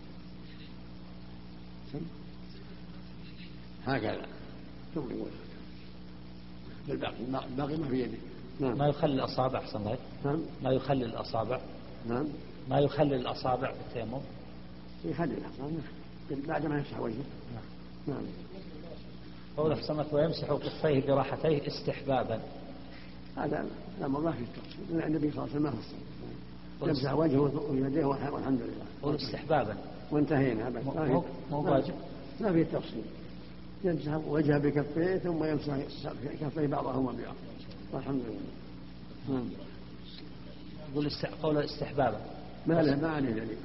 هكذا ثم يقول الباقي ما في يده. نعم. ما يخلل الأصابع أحسن الله. نعم. ما يخلل الأصابع. نعم. ما يخلل الأصابع بالتيمم. يخلل الأصابع بعد ما يمسح وجهه. نعم. قول أحسنت ويمسح كفيه براحتيه استحبابا. هذا لا ما في التفصيل، النبي صلى الله عليه وسلم ما فصل، يمسح وجهه ويديه والحمد لله. قول استحبابا وانتهينا. مو واجب. ما في التفصيل، يمسح وجهه بكفيه ثم يمسح كفيه بعضهما ببعض والحمد لله. يقول قول استحبابا ما عليه دليل.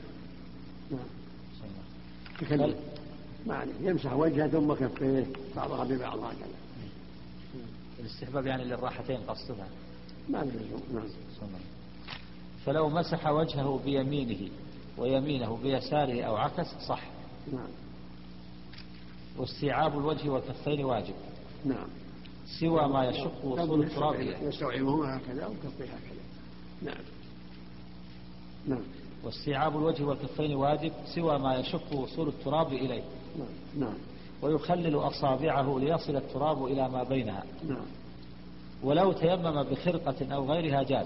نعم. ما عليه، يمسح وجهه ثم كفيه بعضها ببعض هكذا. الاستحباب يعني للراحتين قصدها. ما له لزوم. نعم. فلو مسح وجهه بيمينه ويمينه بيساره أو عكس صح. نعم. واستيعاب الوجه والكفين واجب. نعم. سوى ما يشق وصول التراب إليه. يستوعبهما هكذا وكفيه هكذا. نعم. نعم. واستيعاب الوجه والكفين واجب سوى ما يشق وصول التراب إليه. نعم. ويخلل أصابعه ليصل التراب إلى ما بينها. نعم. ولو تيمم بخرقة أو غيرها جاز.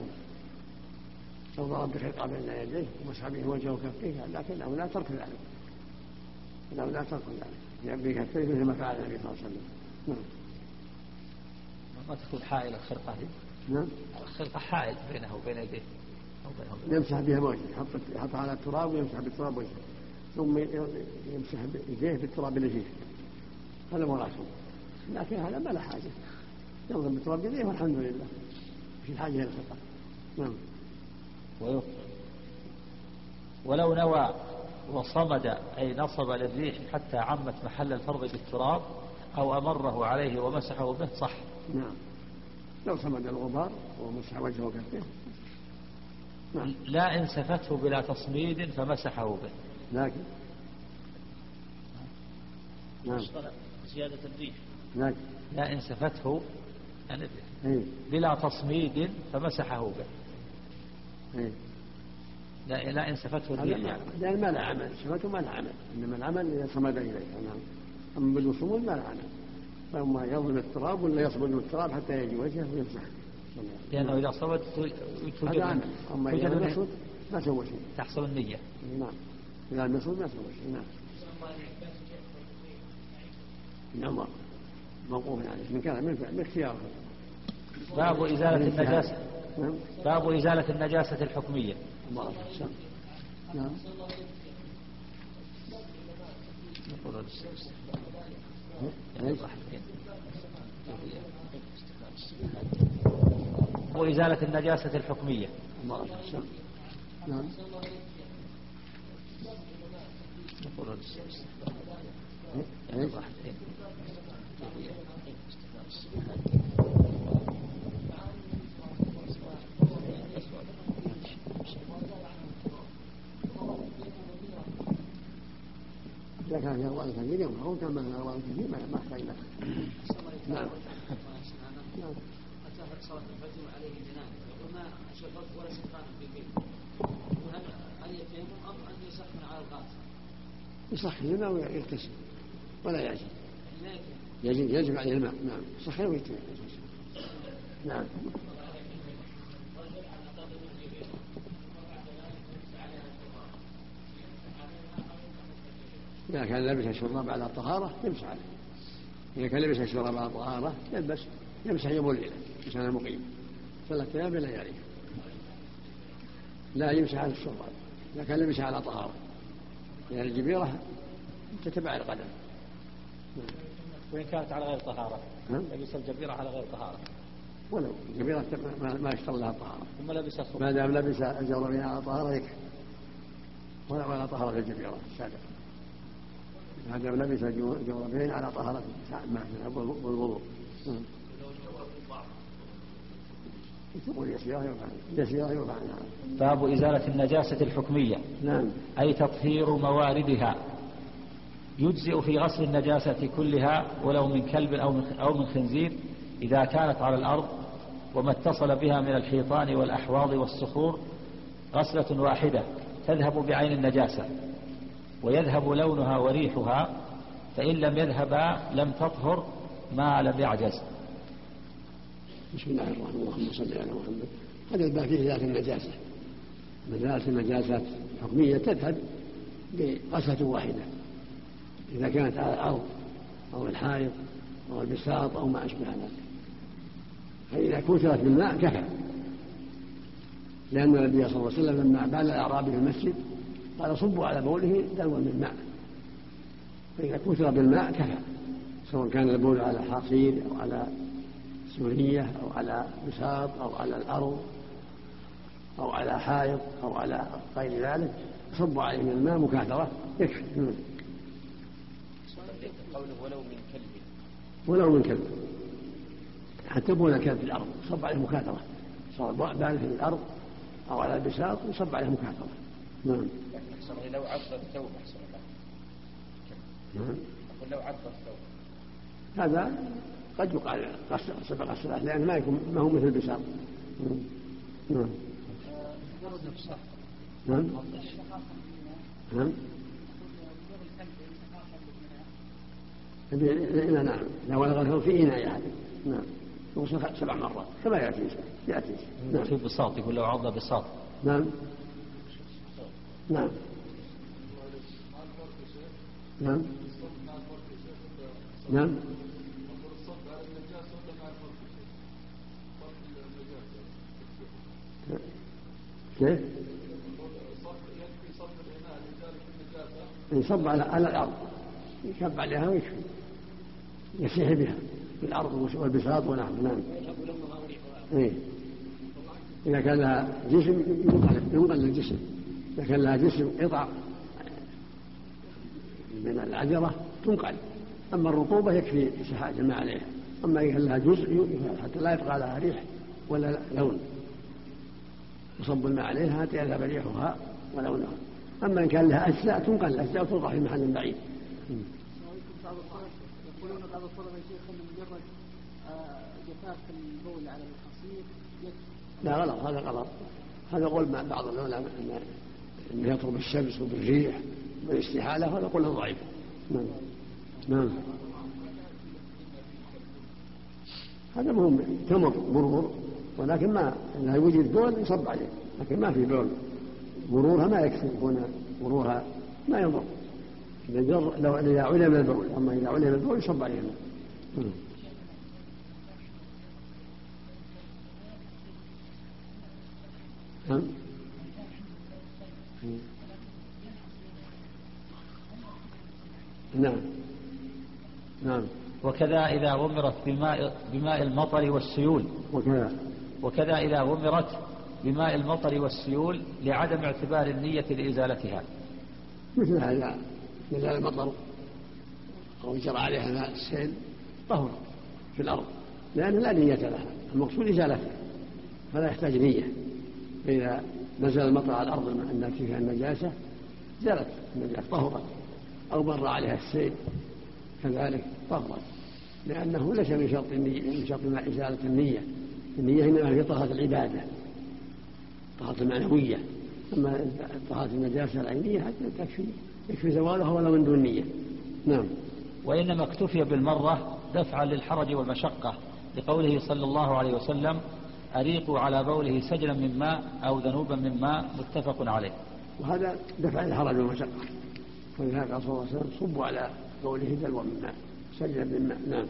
لو ضرب بخرقة بين يديه ومسح به وجهه وكفيه، لكنه لا ترك ذلك. لا ترك ذلك، يبي كفيه مثل ما فعل النبي صلى الله عليه وسلم. نعم. ما تكون حائل الخرقة دي؟ نعم. خلق حائل بينه وبين يديه أو بينه يمسح بها وجهه، يحطها على التراب ويمسح بالتراب وجهه، ثم يمسح يديه بالتراب اللي فيه. هذا مراته، لكن هذا ما له حاجة، يضرب بالتراب يديه والحمد لله، مش الحاجة إلى الخطأ. نعم. ولو نوى وصمد أي نصب للريح حتى عمت محل الفرض بالتراب أو أمره عليه ومسحه به صح. نعم. لو صمد الغبار ومسح وجهه وكفه. نعم. لا إن سفته بلا تصميد فمسحه به. لكن نعم. زيادة الريح. لكن لا إن سفته يعني إيه؟ بلا تصميد فمسحه به. إيه؟ لا إن سفته الريح يعني. لأن ما له عمل، سفته ما له عمل، إنما العمل إذا صمد إليه. نعم. أما بدون صمود ما له عمل، فأما يضرب التراب ولا يصمد بالتراب حتى يجي وجهه ويمسحه. لأنه إذا صمد هذا عمل، أما إذا لم يصمد ما سوى شيء. تحصل النية. نعم. إذا لم يصمد ما سوى شيء. نعم. نعم. موقوف عليه من كان من اختياره. باب إزالة النجاسة. نعم. باب إزالة النجاسة الحكمية. الله. نعم. وإزالة النجاسة الحكمية. الله. نعم. إذا كان في أغوال كثير يوم كان من أغوال كثير ما احتاج له. نعم. أتاهت صلاة الفجر وعليه جنابه وما شربت ولا سكران في بيته، هل يتيمم أم أن يسخن على الغاسل؟ يسخن أو يغتسل ولا يجب يجب عليه الماء. نعم. يسخن ويتيمم. نعم. إذا كان لبس الشراب على طهارة يمسح عليه. إذا كان لبس الشراب على طهارة يمسح يوم الليلة عشان المقيم 3 أيام لا يعرف. لا يمسح على الشراب إذا كان لبس على طهارة، لأن يعني الجبيرة تتبع القدم. وإن كانت على غير طهارة لبس الجبيرة على غير طهارة، ولو الجبيرة ما يشترط لها الطهارة، ثم لبس الصبح ما دام لبس الجوربين على طهارة يكفي، ولا طهارة الجبيرة السابقة. ما دام لبس الجوربين على طهارة والوضوء. باب إزالة النجاسة الحكمية. نعم. أي تطهير مواردها، يجزئ في غسل النجاسة كلها ولو من كلب أو من خنزير إذا كانت على الأرض وما اتصل بها من الحيطان والأحواض والصخور غسلة واحدة تذهب بعين النجاسة ويذهب لونها وريحها، فإن لم يذهبا لم تطهر ما لم يعجز. بسم الله الرحمن الرحيم. اللهم صل على محمد. هذا الباب فيه إزالة النجاسة. إزالة النجاسات الحكمية تذهب بغسلة واحدة إذا كانت على الأرض أو الحائط أو البساط أو ما أشبه ذلك، فإذا كثرت بالماء كفى، لأن النبي صلى الله عليه وسلم لما بال الأعرابي في المسجد قال صبوا على بوله دلوا من ماء، فإذا كثر بالماء كفى، سواء كان البول على حصير أو على سورية أو على بساط أو على الأرض أو على حائط أو على غير ذلك، صبوا عليه من الماء مكاثرة يكفي. قوله ولو من كلب، ولو من كلب، حتى بول كلب في الأرض صب عليه مكاثرة، صار بال في الأرض أو على البساط وصب عليه مكاثرة. نعم. لو عض الثوب أحسن الله. نعم. أقول لو عض الثوب هذا قد يقال سبق الصلاة، لأن ما هو مثل البساط. نعم. نعم. نعم. نعم. لو ولغ في إناء أحد نعم يغسل 7 مرات كما يأتي. نعم. في بساط يقول لو عض بساط. نعم. نعم. نعم. نعم. كيف؟ يصب على الأرض يكب عليها ويكفي يسيح بها في الأرض والبساط ونحو. نعم. إيه؟ إذا كان لها جسم ينقل الجسم، إذا كان لها جسم قطع من العجرة تنقل، أما الرطوبة يكفي إسحاق الماء عليها، أما إذا كان لها جزء حتى لا يبقى لها ريح ولا لون يصب الماء عليها حتى يذهب ريحها ولونها. أما إن كان لها أجزاء تنقل الأجزاء وتوضع في محل بعيد. يقولون بعض الطلبة يا شيخ أن مجرد جفاف البول على الحصير لا غلط، هذا غلط. هذا قول بعض العلماء أنه يطلب الشمس وبالريح والاستحالة، هذا قول ضعيف. نعم. نعم. هذا مهم تمر مرور، ولكن ما لا يوجد بول يصب عليه، لكن ما في بول مرورها ما يكفي، يكون مرورها ما يضر إذا علم البول، أما إذا علم البول يصب عليه. نعم. نعم. وكذا إذا غمرت بماء المطر والسيول، وكذا إذا غمرت بماء المطر والسيول لعدم اعتبار النية لإزالتها. مثل هذا نزل المطر أو جرى عليها ماء السيل طهر في الأرض، لأنه لا نية لها، المقصود إزالتها فلا يحتاج نية. فإذا نزل المطر على الأرض التي فيها النجاسة زالت النجاسة طهرت، أو مر عليها السيل كذلك طهرت، لأنه ليس من شرط إزالة النية. النية إنما هي طهارة العبادة، طهارة المعنوية، أما طهارة النجاسة العينية حتى يكفي زوالها ولو من دون نية. نعم. وإنما اكتفي بالمرة دفعا للحرج والمشقة، لقوله صلى الله عليه وسلم: أريقوا على بوله سجلا من ماء أو ذنوبا من ماء، متفق عليه. وهذا دفع للحرج والمشقة، ولهذا قال صلى الله عليه وسلم: صبوا على بوله دلوا من ماء سجلا من ماء. نعم.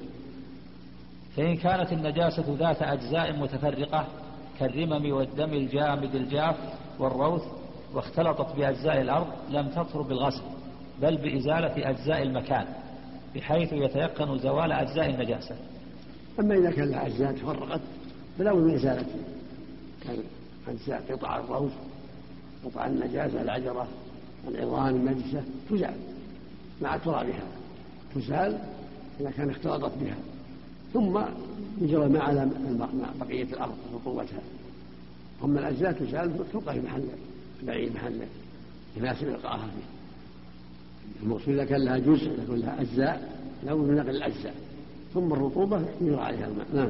فإن كانت النجاسة ذات أجزاء متفرقة كالرمم والدم الجامد الجاف والروث واختلطت بأجزاء الأرض لم تطهر بالغسل، بل بإزالة أجزاء المكان بحيث يتيقن زوال أجزاء النجاسة. أما إذا كان لها أجزاء تفرقت بلا من إزالتها، كان أجزاء قطع الروث، قطع النجاسة، العجرة، العظام النجسة تزال مع ترابها، تزال إذا كان اختلطت بها، ثم يجرى الماء على بقية الأرض رطوبتها، ثم الأجزاء تزال تبقى في محل بعيد، محل يناسب إلقائها فيه. المقصود إذا كان لها جزء، إذا كان لها أجزاء لا بد من نقل الأجزاء، ثم الرطوبة يجرى عليها الماء. نعم.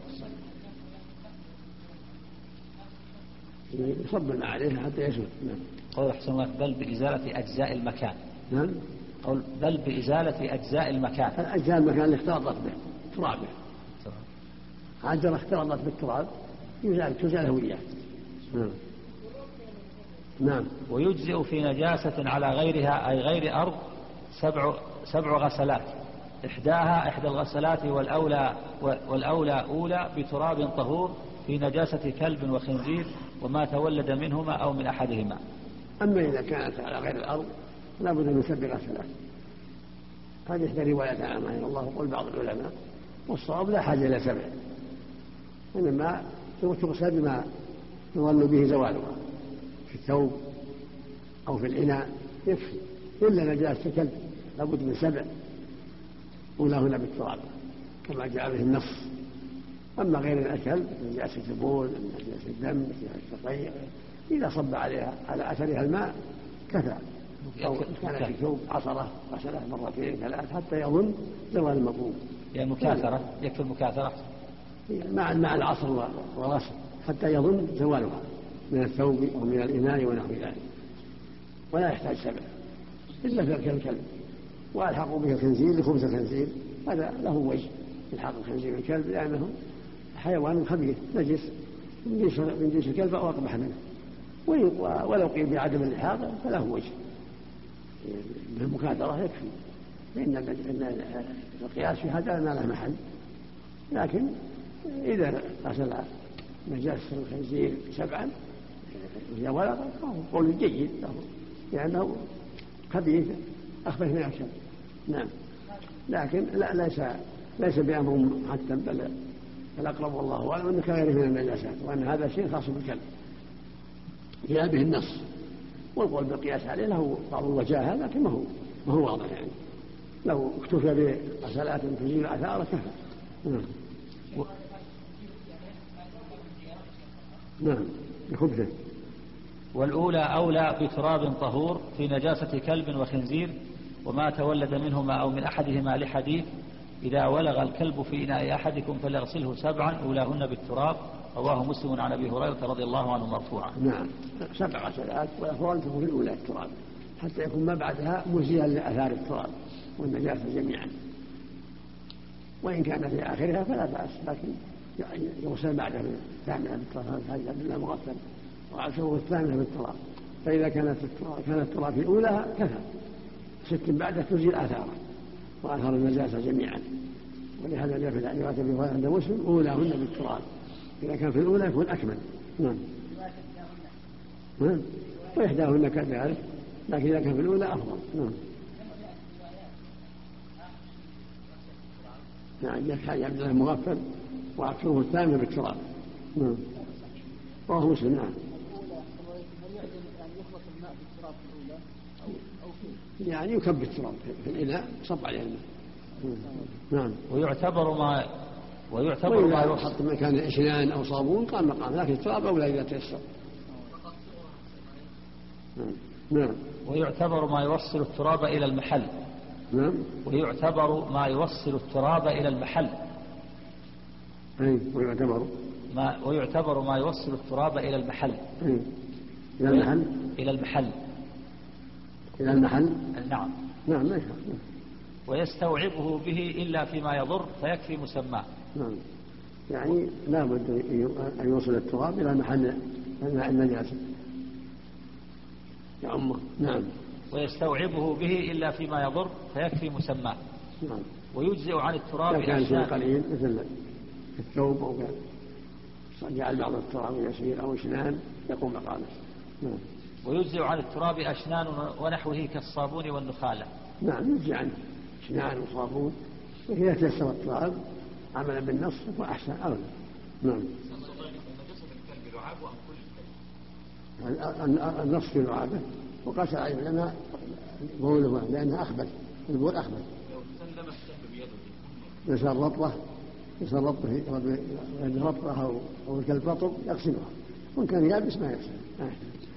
يصب الماء عليها حتى يسود. نعم. قول أحسن الله: بل بإزالة أجزاء المكان. نعم. قول بل بإزالة أجزاء المكان. أجزاء المكان اللي اختلطت به ترابه، عجرة اختلطت بالتراب تزال هوية. نعم. نعم. ويجزئ في نجاسة على غيرها أي غير أرض 7 غسلات، إحداها إحدى الغسلات والأولى أولى بتراب طهور في نجاسة كلب وخنزير وما تولد منهما أو من أحدهما. أما إذا كانت على غير الأرض لا بد من 7 غسلات. هذه إحدى روايات عن الله قول بعض العلماء، والصواب لا حاجة إلى 7، إنما تغسل بما يظن به زوالها في الثوب أو في الإناء يكفي، إلا نجاسة الكلب لا بد من 7 أولاهن بالتراب كما جاء به النص. أما غير الكلب نجاسة البول، نجاسة الدم، نجاسة الريق، إذا صب عليها على أثرها الماء كفى، أو كان في ثوب عصرة غسله 2 3 حتى يظن زوال المطلوب. يعني مكاثرة، يكفي المكاثرة مع العصر والغسل حتى يظن زوالها من الثوب أو من الإناء ونحو ذلك، ولا يحتاج 7 إلا في الكلب. وألحقوا به الخنزير لخبز الخنزير، هذا له وجه الحق الخنزير بالكلب لأنه حيوان خبيث نجس من جنس الكلب أو أقبح منه، ولو قيل بعدم الإحاطة فله وجه بالمكاثرة يكفي، لأن القياس في هذا ما له محل. لكن إذا غسل نجاسة الخنزير 7 إذا ولغ فهو قول جيد له لأنه خبيث أخبث من الكلب. نعم. لكن ليس بأمر حتى بل الأقرب والله أعلم أن كغيره من النجاسات، وأن هذا شيء خاص بالكلب جاء به النص، والقول بالقياس عليه له بعض الوجاهة لكن ما هو واضح يعني. لو اكتفى بغسلات تزيل الآثار كفى. نعم بخبثه. والأولى أولى بتراب طهور في نجاسة كلب وخنزير وما تولد منهما أو من أحدهما لحديث إذا ولغ الكلب في إناء أحدكم فليغسله 7 أولاهن بالتراب، رواه مسلم عن أبي هريرة رضي الله عنه مرفوعا. نعم 7 غسلات والأفضل تكون في الأولى التراب حتى يكون ما بعدها مزيلا لآثار التراب والنجاسة جميعا، وإن كان في آخرها فلا بأس، لكن يغسل بعده الثامنة بالتراب هذا من المغسل وعشره الثامنة بالتراب. فإذا كان التراب في الأولى كفى، 6 بعده تزيل آثاره وآثار النجاسة جميعا. ولهذا جاء في رواية أبي هريرة عند مسلم أولاهن بالتراب، إذا كان في الأولى يكون أكمل. نعم. وإحداهن كذلك، لكن إذا كان في الأولى أفضل. نعم. يعني جاء حاجة عبد الله المغفل وأكثره الثامنة بالتراب. نعم. وهو مسلم. نعم. يعني يكب التراب في الإناء صب عليه الماء. نعم. ويعتبر ما يحط مكان إشنان أو صابون قام مقام، لكن التراب أولى إذا تيسر. نعم. ويعتبر ما يوصل التراب إلى المحل. نعم. ويعتبر ما يوصل التراب إلى المحل. ويعتبر ما يوصل التراب إلى المحل. إلى المحل. إلى المحل. إلى المحل. نعم. نعم. ويستوعبه به إلا فيما يضر فيكفي مسماه. نعم. يعني لا بد أن يوصل التراب إلى محل النجاسة يا أمه. نعم. ويستوعبه به إلا فيما يضر فيكفي مسماه. نعم. ويجزئ عن التراب إذا كان شيء قليل مثل الثوب أو جعل بعض التراب يسير أو إشنان يقوم مقامه. نعم. ويجزئ عن التراب أشنان ونحوه كالصابون والنخالة. نعم يجزئ عنه أشنان وصابون، وإذا تيسر التراب عملا بالنص وأحسن أولى. نعم. النص في لعابه وقاس عليه العلماء بوله لأنها أخبث، البول أخبث. يسر رطبة أو الكلب رطب يغسلها، وإن كان يابس ما يغسل.